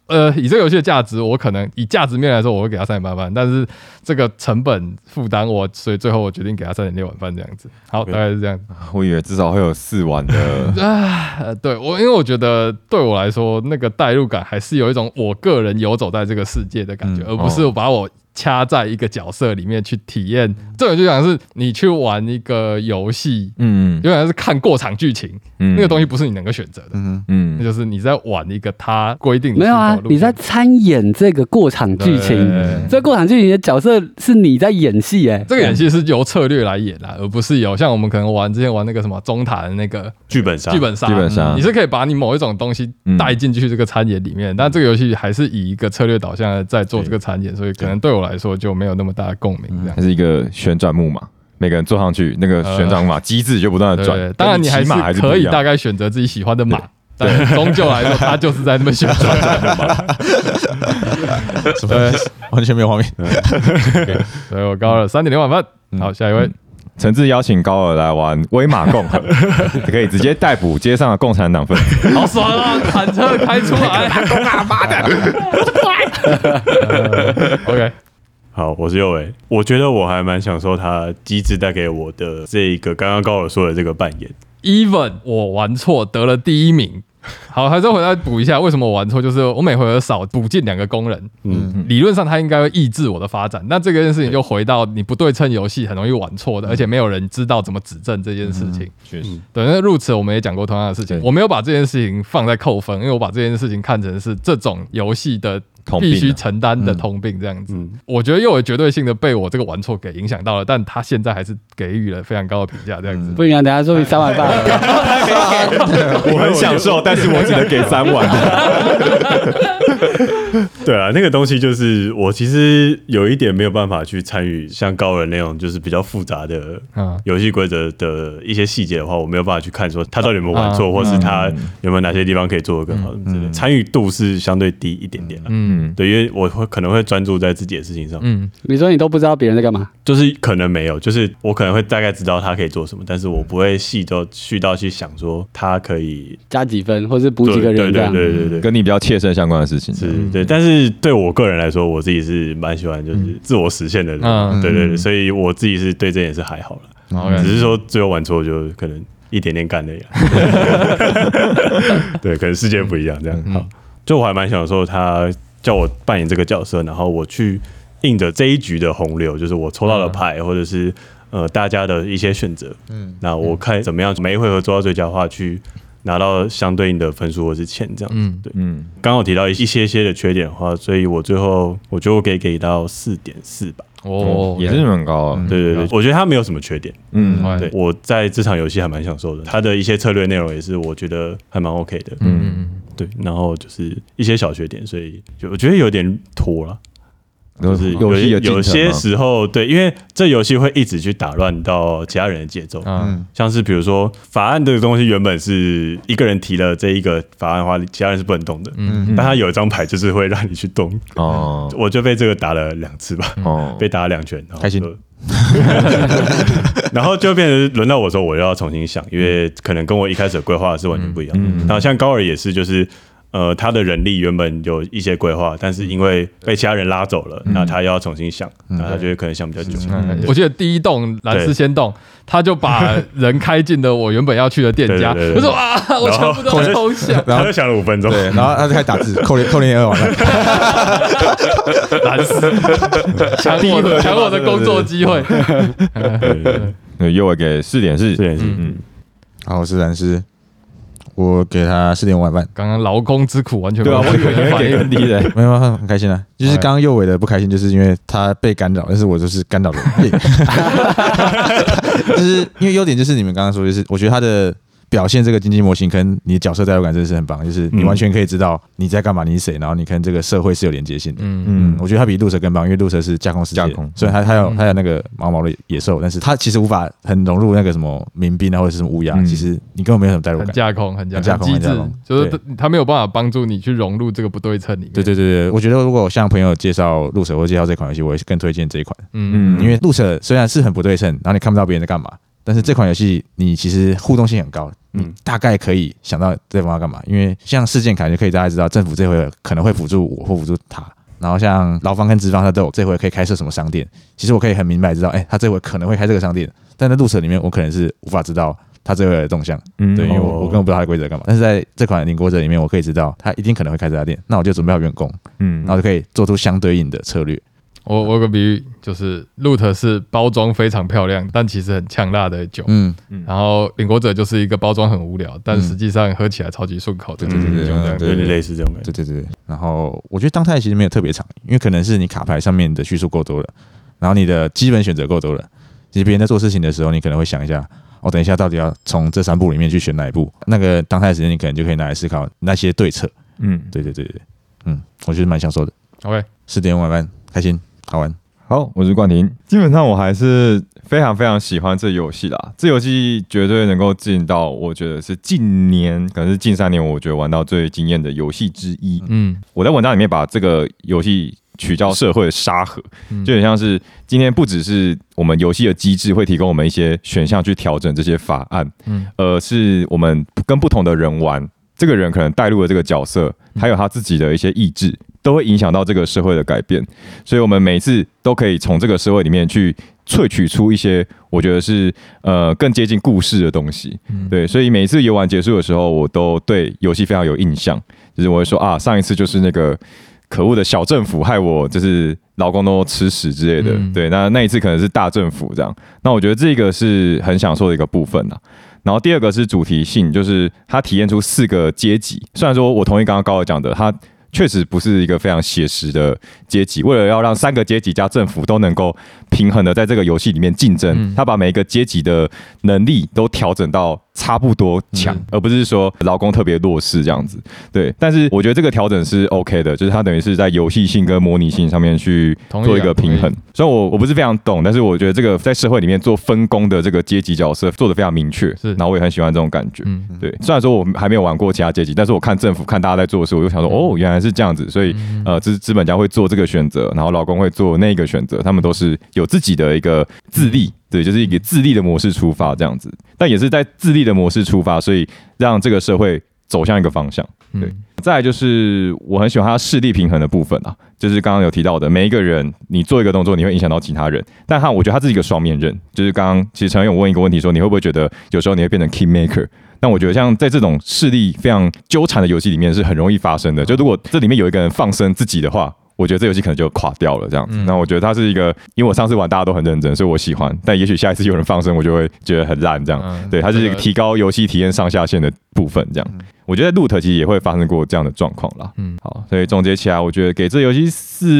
以这个游戏的价值，我可能以价值面来说，我会给他3.8分，但是这个成本负担所以最后我决定给他3.6碗饭这样子。好，大概是这样。 我以为至少会有4碗的。 对因为我觉得对我来说，那个代入感还是有一种我个人游走在这个世界的感觉，而不是把我掐在一个角色里面去体验。这个就讲是你去玩一个游戏，有点像是看过场剧情，那个东西不是你能够选择的，那就是你在玩一个他规定的。 没有啊，你在参演这个过场剧情，这过场剧情的角色是你在演戏这个演戏是由策略来演啦，而不是有像我们可能之前玩那个什么中塔的那个剧本杀， 你是可以把你某一种东西带进去这个参演里面，但这个游戏还是以一个策略导向在做这个参演，所以可能对我来说就没有那么大的共鸣。这样， 它是一个旋转木马，每个人坐上去，那个旋转木马机制就不断的转。 当然，你还是可以大概选择自己喜欢的马，但终究来说，它就是在那边旋转的马。 完全没有画面。 所以我高尔3.6碗饭。好，下一位。 诚挚邀请高尔来玩威马共和，可以直接逮捕街上的共产党分子。 好爽啊！坦克开出来，妈的！OK， 好，我是右伟。我觉得我还蛮享受他机制带给我的这一个刚刚高尔说的这个扮演。 Even 我玩错得了第1名。好，还是回来补一下，为什么我玩错？就是我每回合少补进2个工人，理论上它应该会抑制我的发展。那这件事情就回到你不对称游戏很容易玩错的，而且没有人知道怎么指正这件事情。 确实， 对，那入池我们也讲过同样的事情，我没有把这件事情放在扣分，因为我把这件事情看成是这种游戏的必须承担的通病这样子。我觉得又有绝对性的被我这个玩错给影响到了，但他现在还是给予了非常高的评价这样子。 不行，等下说明3碗饭。 我很享受，但是我只能给3碗。 对啊，那个东西就是我其实有一点没有办法去参与像高人那种就是比较复杂的游戏规则的一些细节的话，我没有办法去看说他到底有没有玩错，或是他有没有哪些地方可以做得更好之类的。参与度是相对低一点点啦。对，因为我可能会专注在自己的事情上。 你说你都不知道别人在干嘛？ 就是可能没有，就是我可能会大概知道他可以做什么，但是我不会细到去想说他可以加几分，或是补几个人这样。 对， 跟你比较切身相关的事情。 是，对。但是对我个人来说，我自己是蛮喜欢就是自我实现的人。对，所以我自己是对这件事还好了。只是说最后玩错就可能一点点干了呀。对，可能世界不一样这样。好，就我还蛮享受他叫我扮演这个角色，然后我去应着这一局的洪流，就是我抽到的牌，或者是大家的一些选择。那我看怎么样每一回合做到最佳化，去拿到相对应的分数或是钱这样。对，刚刚我提到一些的缺点的话，所以我最后我觉得我可以给到4.4吧。 也是很高啊。 对，我觉得他没有什么缺点。对，我在这场游戏还蛮享受的，他的一些策略内容也是我觉得还蛮 OK 的。对，然后就是一些小缺点，所以我觉得有点拖了。就是有些时候，对，因为这游戏会一直去打乱到其他人的节奏。像是比如说法案这个东西原本是一个人提了这一个法案的话，其他人是不能动的。但他有一张牌就是会让你去动。我就被这个打了2次吧。被打了2拳， 开心。 然后就变成轮到我说我要重新想，因为可能跟我一开始的规划是完全不一样。然后像高尔也是，就是他的人力原本有一些规划，但是因为被其他人拉走了，那他要重新想，那他就会可能想比较久。 我记得第一栋蓝斯先动，他就把人开进了我原本要去的店家，我说啊，我全部都空想， 然后他就想了5分钟， 对，然后他就开始打字，扣零2完了， 蓝斯抢我的工作机会。 右伟给4.4， 好，我是蓝斯。我给他4.5碗饭。 刚刚劳工之苦完全对啊，我以为你会给更低的， 没有，很开心啊。就是刚刚右伟的不开心，就是因为他被干扰，但是我就是干扰人。就是因为优点就是你们刚刚说，就是我觉得他的表现这个经济模型跟你的角色代入感真的是很棒，就是你完全可以知道你在干嘛，你是谁，然后你跟这个社会是有连接性的。我觉得他比陆蛇更棒，因为陆蛇是架空世界，所以他有那个毛的野兽，但是他其实无法很融入那个什么民兵啊或者是什么乌鸦，其实你根本没有什么代入感， 很架空，很机智，就是他没有办法帮助你去融入这个不对称里面。 对，我觉得如果向朋友介绍陆蛇或介绍这款游戏，我会更推荐这一款。因为陆蛇虽然是很不对称，然后你看不到别人在干嘛。 但是这款游戏你其实互动性很高，你大概可以想到对方要干嘛，因为像事件卡就可以大概知道政府这回可能会辅助我或辅助他，然后像劳方跟资方他都有这回可以开设什么商店，其实我可以很明白知道，他这回可能会开这个商店，但在路程里面我可能是无法知道他这回的动向，对，因为我根本不知道他的规则干嘛。但是在这款领国者里面，我可以知道他一定可能会开这家店，那我就准备好员工，然后就可以做出相对应的策略。 我有个比喻，就是 Loot 是包装非常漂亮，但其实很呛辣的酒。然后领国者就是一个包装很无聊，但实际上喝起来超级顺口的酒， 有点类似这种感觉。 对。然后我觉得当态其实没有特别长，因为可能是你卡牌上面的叙述够多了，然后你的基本选择够多了。其实别人在做事情的时候，你可能会想一下，等一下到底要从这3步里面去选哪一步？那个当态的时间，你可能就可以拿来思考那些对策。对，我觉得蛮享受的。 OK， 4点5碗饭，开心。好玩， 好，我是冠廷。基本上我还是非常非常喜欢这游戏啦。这游戏绝对能够进到我觉得是近年，可能是近3年，我觉得玩到最惊艳的游戏之一。我在文章里面把这个游戏取叫社会的沙盒，就很像是今天不只是我们游戏的机制会提供我们一些选项去调整这些法案，而是我们跟不同的人玩，这个人可能带入了这个角色，还有他自己的一些意志。都会影响到这个社会的改变，所以我们每次都可以从这个社会里面去萃取出一些我觉得是更接近故事的东西。对，所以每一次游玩结束的时候，我都对游戏非常有印象，就是我会说上一次就是那个可恶的小政府害我就是劳工都吃屎之类的。对，那一次可能是大政府这样。那我觉得这个是很享受的一个部分啦。然后第二个是主题性，就是它体验出4个阶级。虽然说我同意刚刚高尔讲的，它确实不是一个非常写实的阶级，为了要让3个阶级加政府都能够平衡的在这个游戏里面竞争，他把每一个阶级的能力都调整到差不多强，而不是说劳工特别弱势这样子。对，但是我觉得这个调整是 OK 的，就是它等于是在游戏性跟模拟性上面去做一个平衡。虽然我不是非常懂，但是我觉得这个在社会里面做分工的这个阶级角色做得非常明确，然后我也很喜欢这种感觉。对，虽然说我还没有玩过其他阶级，但是我看政府看大家在做的时候，我就想说原来是这样子，所以资本家会做这个选择，然后劳工会做那个选择，他们都是有自己的一个自立。对，就是一个自立的模式出发这样子，但也是在自立的模式出发，所以让这个社会走向一个方向。对，再来就是我很喜欢它势力平衡的部分啊，就是刚刚有提到的，每一个人你做一个动作，你会影响到其他人，但我觉得它是一个双面刃。就是刚刚其实陈勇问一个问题说，你会不会觉得有时候你会变成 king maker？但我觉得像在这种势力非常纠缠的游戏里面是很容易发生的。就如果这里面有一个人放生自己的话，我觉得这游戏可能就垮掉了这样子。那我觉得它是一个，因为我上次玩大家都很认真，所以我喜欢。但也许下一次有人放生，我就会觉得很烂这样。对，它是一个提高游戏体验上下限的部分这样。我觉得 Loot 其实也会发生过这样的状况啦。好，所以总结起来，我觉得给这游戏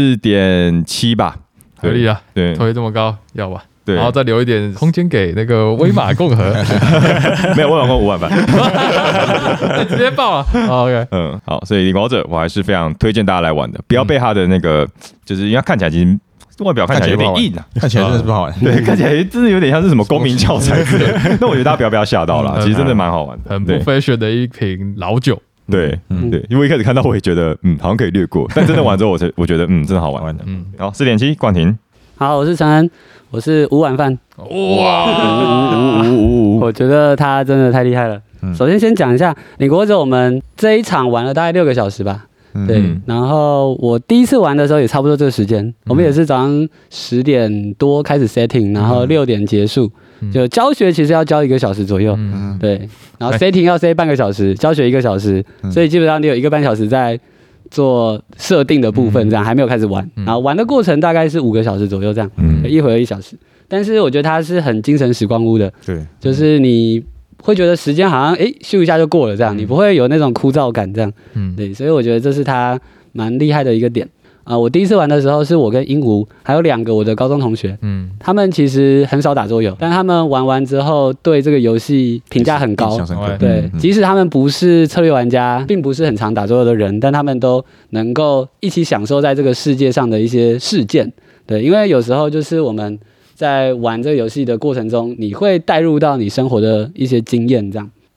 4.7吧， 合理啊。对，推这么高，要吧。对，然后再留一点空间给那个威玛共和。 没有，我玩过5碗饭， 直接爆了。OK， 好，所以领国者我还是非常推荐大家来玩的，不要被他的那个，就是因为它看起来其实外表看起来有点硬啊， 看起来真的是不好玩。 对，看起来真的有点像是什么公民教材之类的。那我觉得大家不要吓到啦，其实真的蛮好玩的， 很不 fashion 的一瓶老酒。 对，因为一开始看到我也觉得好像可以略过，但真的玩之后我觉得真的好玩的。好，4.7冠廷。 好，我是陈恩，我是5碗饭。哇，我觉得他真的太厉害了。首先讲一下领国者，我们这一场玩了大概6个小时吧。对，然后我第一次玩的时候也差不多这个时间，我们也是早上10点多开始 setting， 然后6点结束。就教学其实要教1个小时左右，对，然后 setting 要 set 半个小时，教学1个小时，所以基本上你有1个半小时在做设定的部分，这样还没有开始玩，然后玩的过程大概是5个小时左右这样，一会儿1小时。但是我觉得它是很精神时光屋的，对，就是你会觉得时间好像咻一下就过了这样，你不会有那种枯燥感这样，对，所以我觉得这是它蛮厉害的一个点。我第一次玩的时候是我跟鹦鹉还有2个我的高中同学，他们其实很少打桌游，但他们玩完之后对这个游戏评价很高，对，即使他们不是策略玩家，并不是很常打桌游的人，但他们都能够一起享受在这个世界上的一些事件，对，因为有时候就是我们在玩这个游戏的过程中，你会带入到你生活的一些经验这样。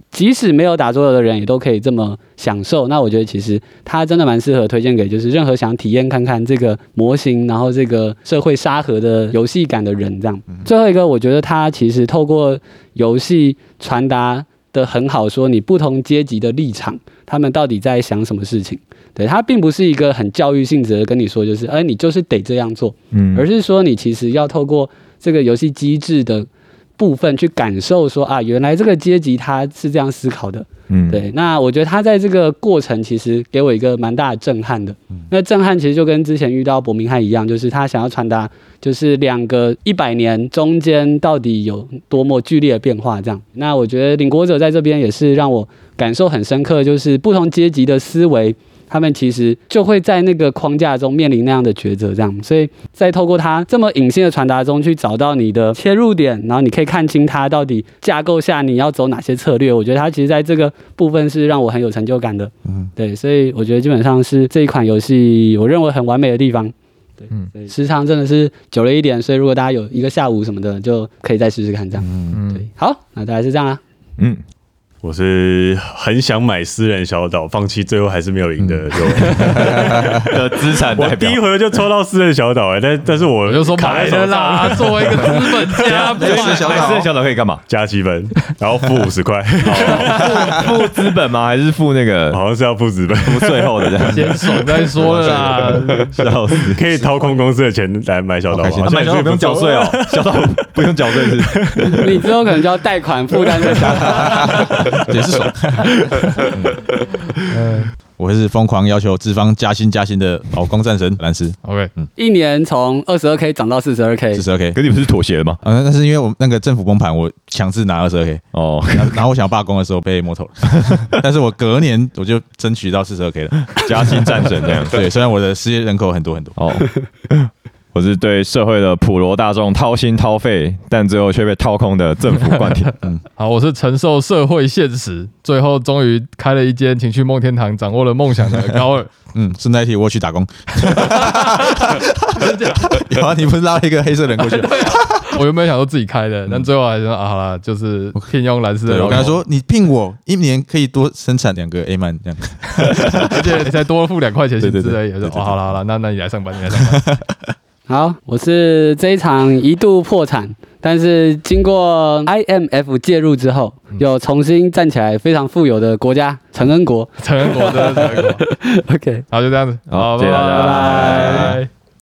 即使没有打桌游的人也都可以这么享受。那我觉得其实它真的蛮适合推荐给就是任何想体验看看这个模型，然后这个社会沙盒的游戏感的人这样。最后一个，我觉得它其实透过游戏传达的很好，说你不同阶级的立场，他们到底在想什么事情。对，它并不是一个很教育性质的跟你说，就是你就是得这样做，而是说你其实要透过这个游戏机制的部分去感受说原来这个阶级他是这样思考的。对，那我觉得他在这个过程其实给我一个蛮大的震撼的。那震撼其实就跟之前遇到伯明翰一样，就是他想要传达就是两个100年中间到底有多么剧烈的变化这样。那我觉得领国者在这边也是让我感受很深刻，就是不同阶级的思维，他们其实就会在那个框架中面临那样的抉择，这样，所以在透过他这么隐性的传达中去找到你的切入点，然后你可以看清他到底架构下你要走哪些策略。我觉得他其实在这个部分是让我很有成就感的。对，所以我觉得基本上是这一款游戏我认为很完美的地方。对，时长真的是久了一点，所以如果大家有一个下午什么的，就可以再试试看这样。对，好，那大概是这样啦。 我是很想买私人小岛，放弃最后还是没有赢的的资产代表。 我第一回就抽到私人小岛，但是我就说买了啦，作为一个资本家， 买私人小岛可以干嘛？ 加积分，然后付50块。 付资本吗？还是付那个？ 好像是要付资本， 付最后的这样。 先爽再说了啦， 笑死！ 可以掏空公司的钱来买小岛吗？ 买小岛不用缴税哦，小岛不用缴税是？ 你之后可能就要贷款负担这小岛。 也是爽。我是疯狂要求资方加薪的劳工战神蓝斯。 OK， 一年从22K 涨到42K， 可你不是妥协了吗？ 那是因为我那个政府崩盘，我强制拿22K 哦，然后我想要罢工的时候被摸头了，但是我隔年我就争取到42K 了， 加薪战神这样。 对，虽然我的失业人口很多哦。 我是对社会的普罗大众掏心掏肺，但最后却被掏空的政府官邸。 好，我是承受社会现实，最后终于开了一间情趣梦天堂，掌握了梦想的高二。 顺带一提，我去打工。有啊，你不是拉了一个黑色人过去？ 我原本想说自己开的，但最后还是说好啦，就是聘用蓝斯的。 我跟他说，你聘我1年可以多生产2个 A 曼这样， 而且你才多付2块钱薪资而已。我说好了，那你来上班， 好，我是这一场一度破产，但是经过 IMF 介入之后，有重新站起来非常富有的国家——陈恩国。 陈恩国，真的陈恩国。 OK， 好，就这样子，好， 谢谢大家， 拜拜。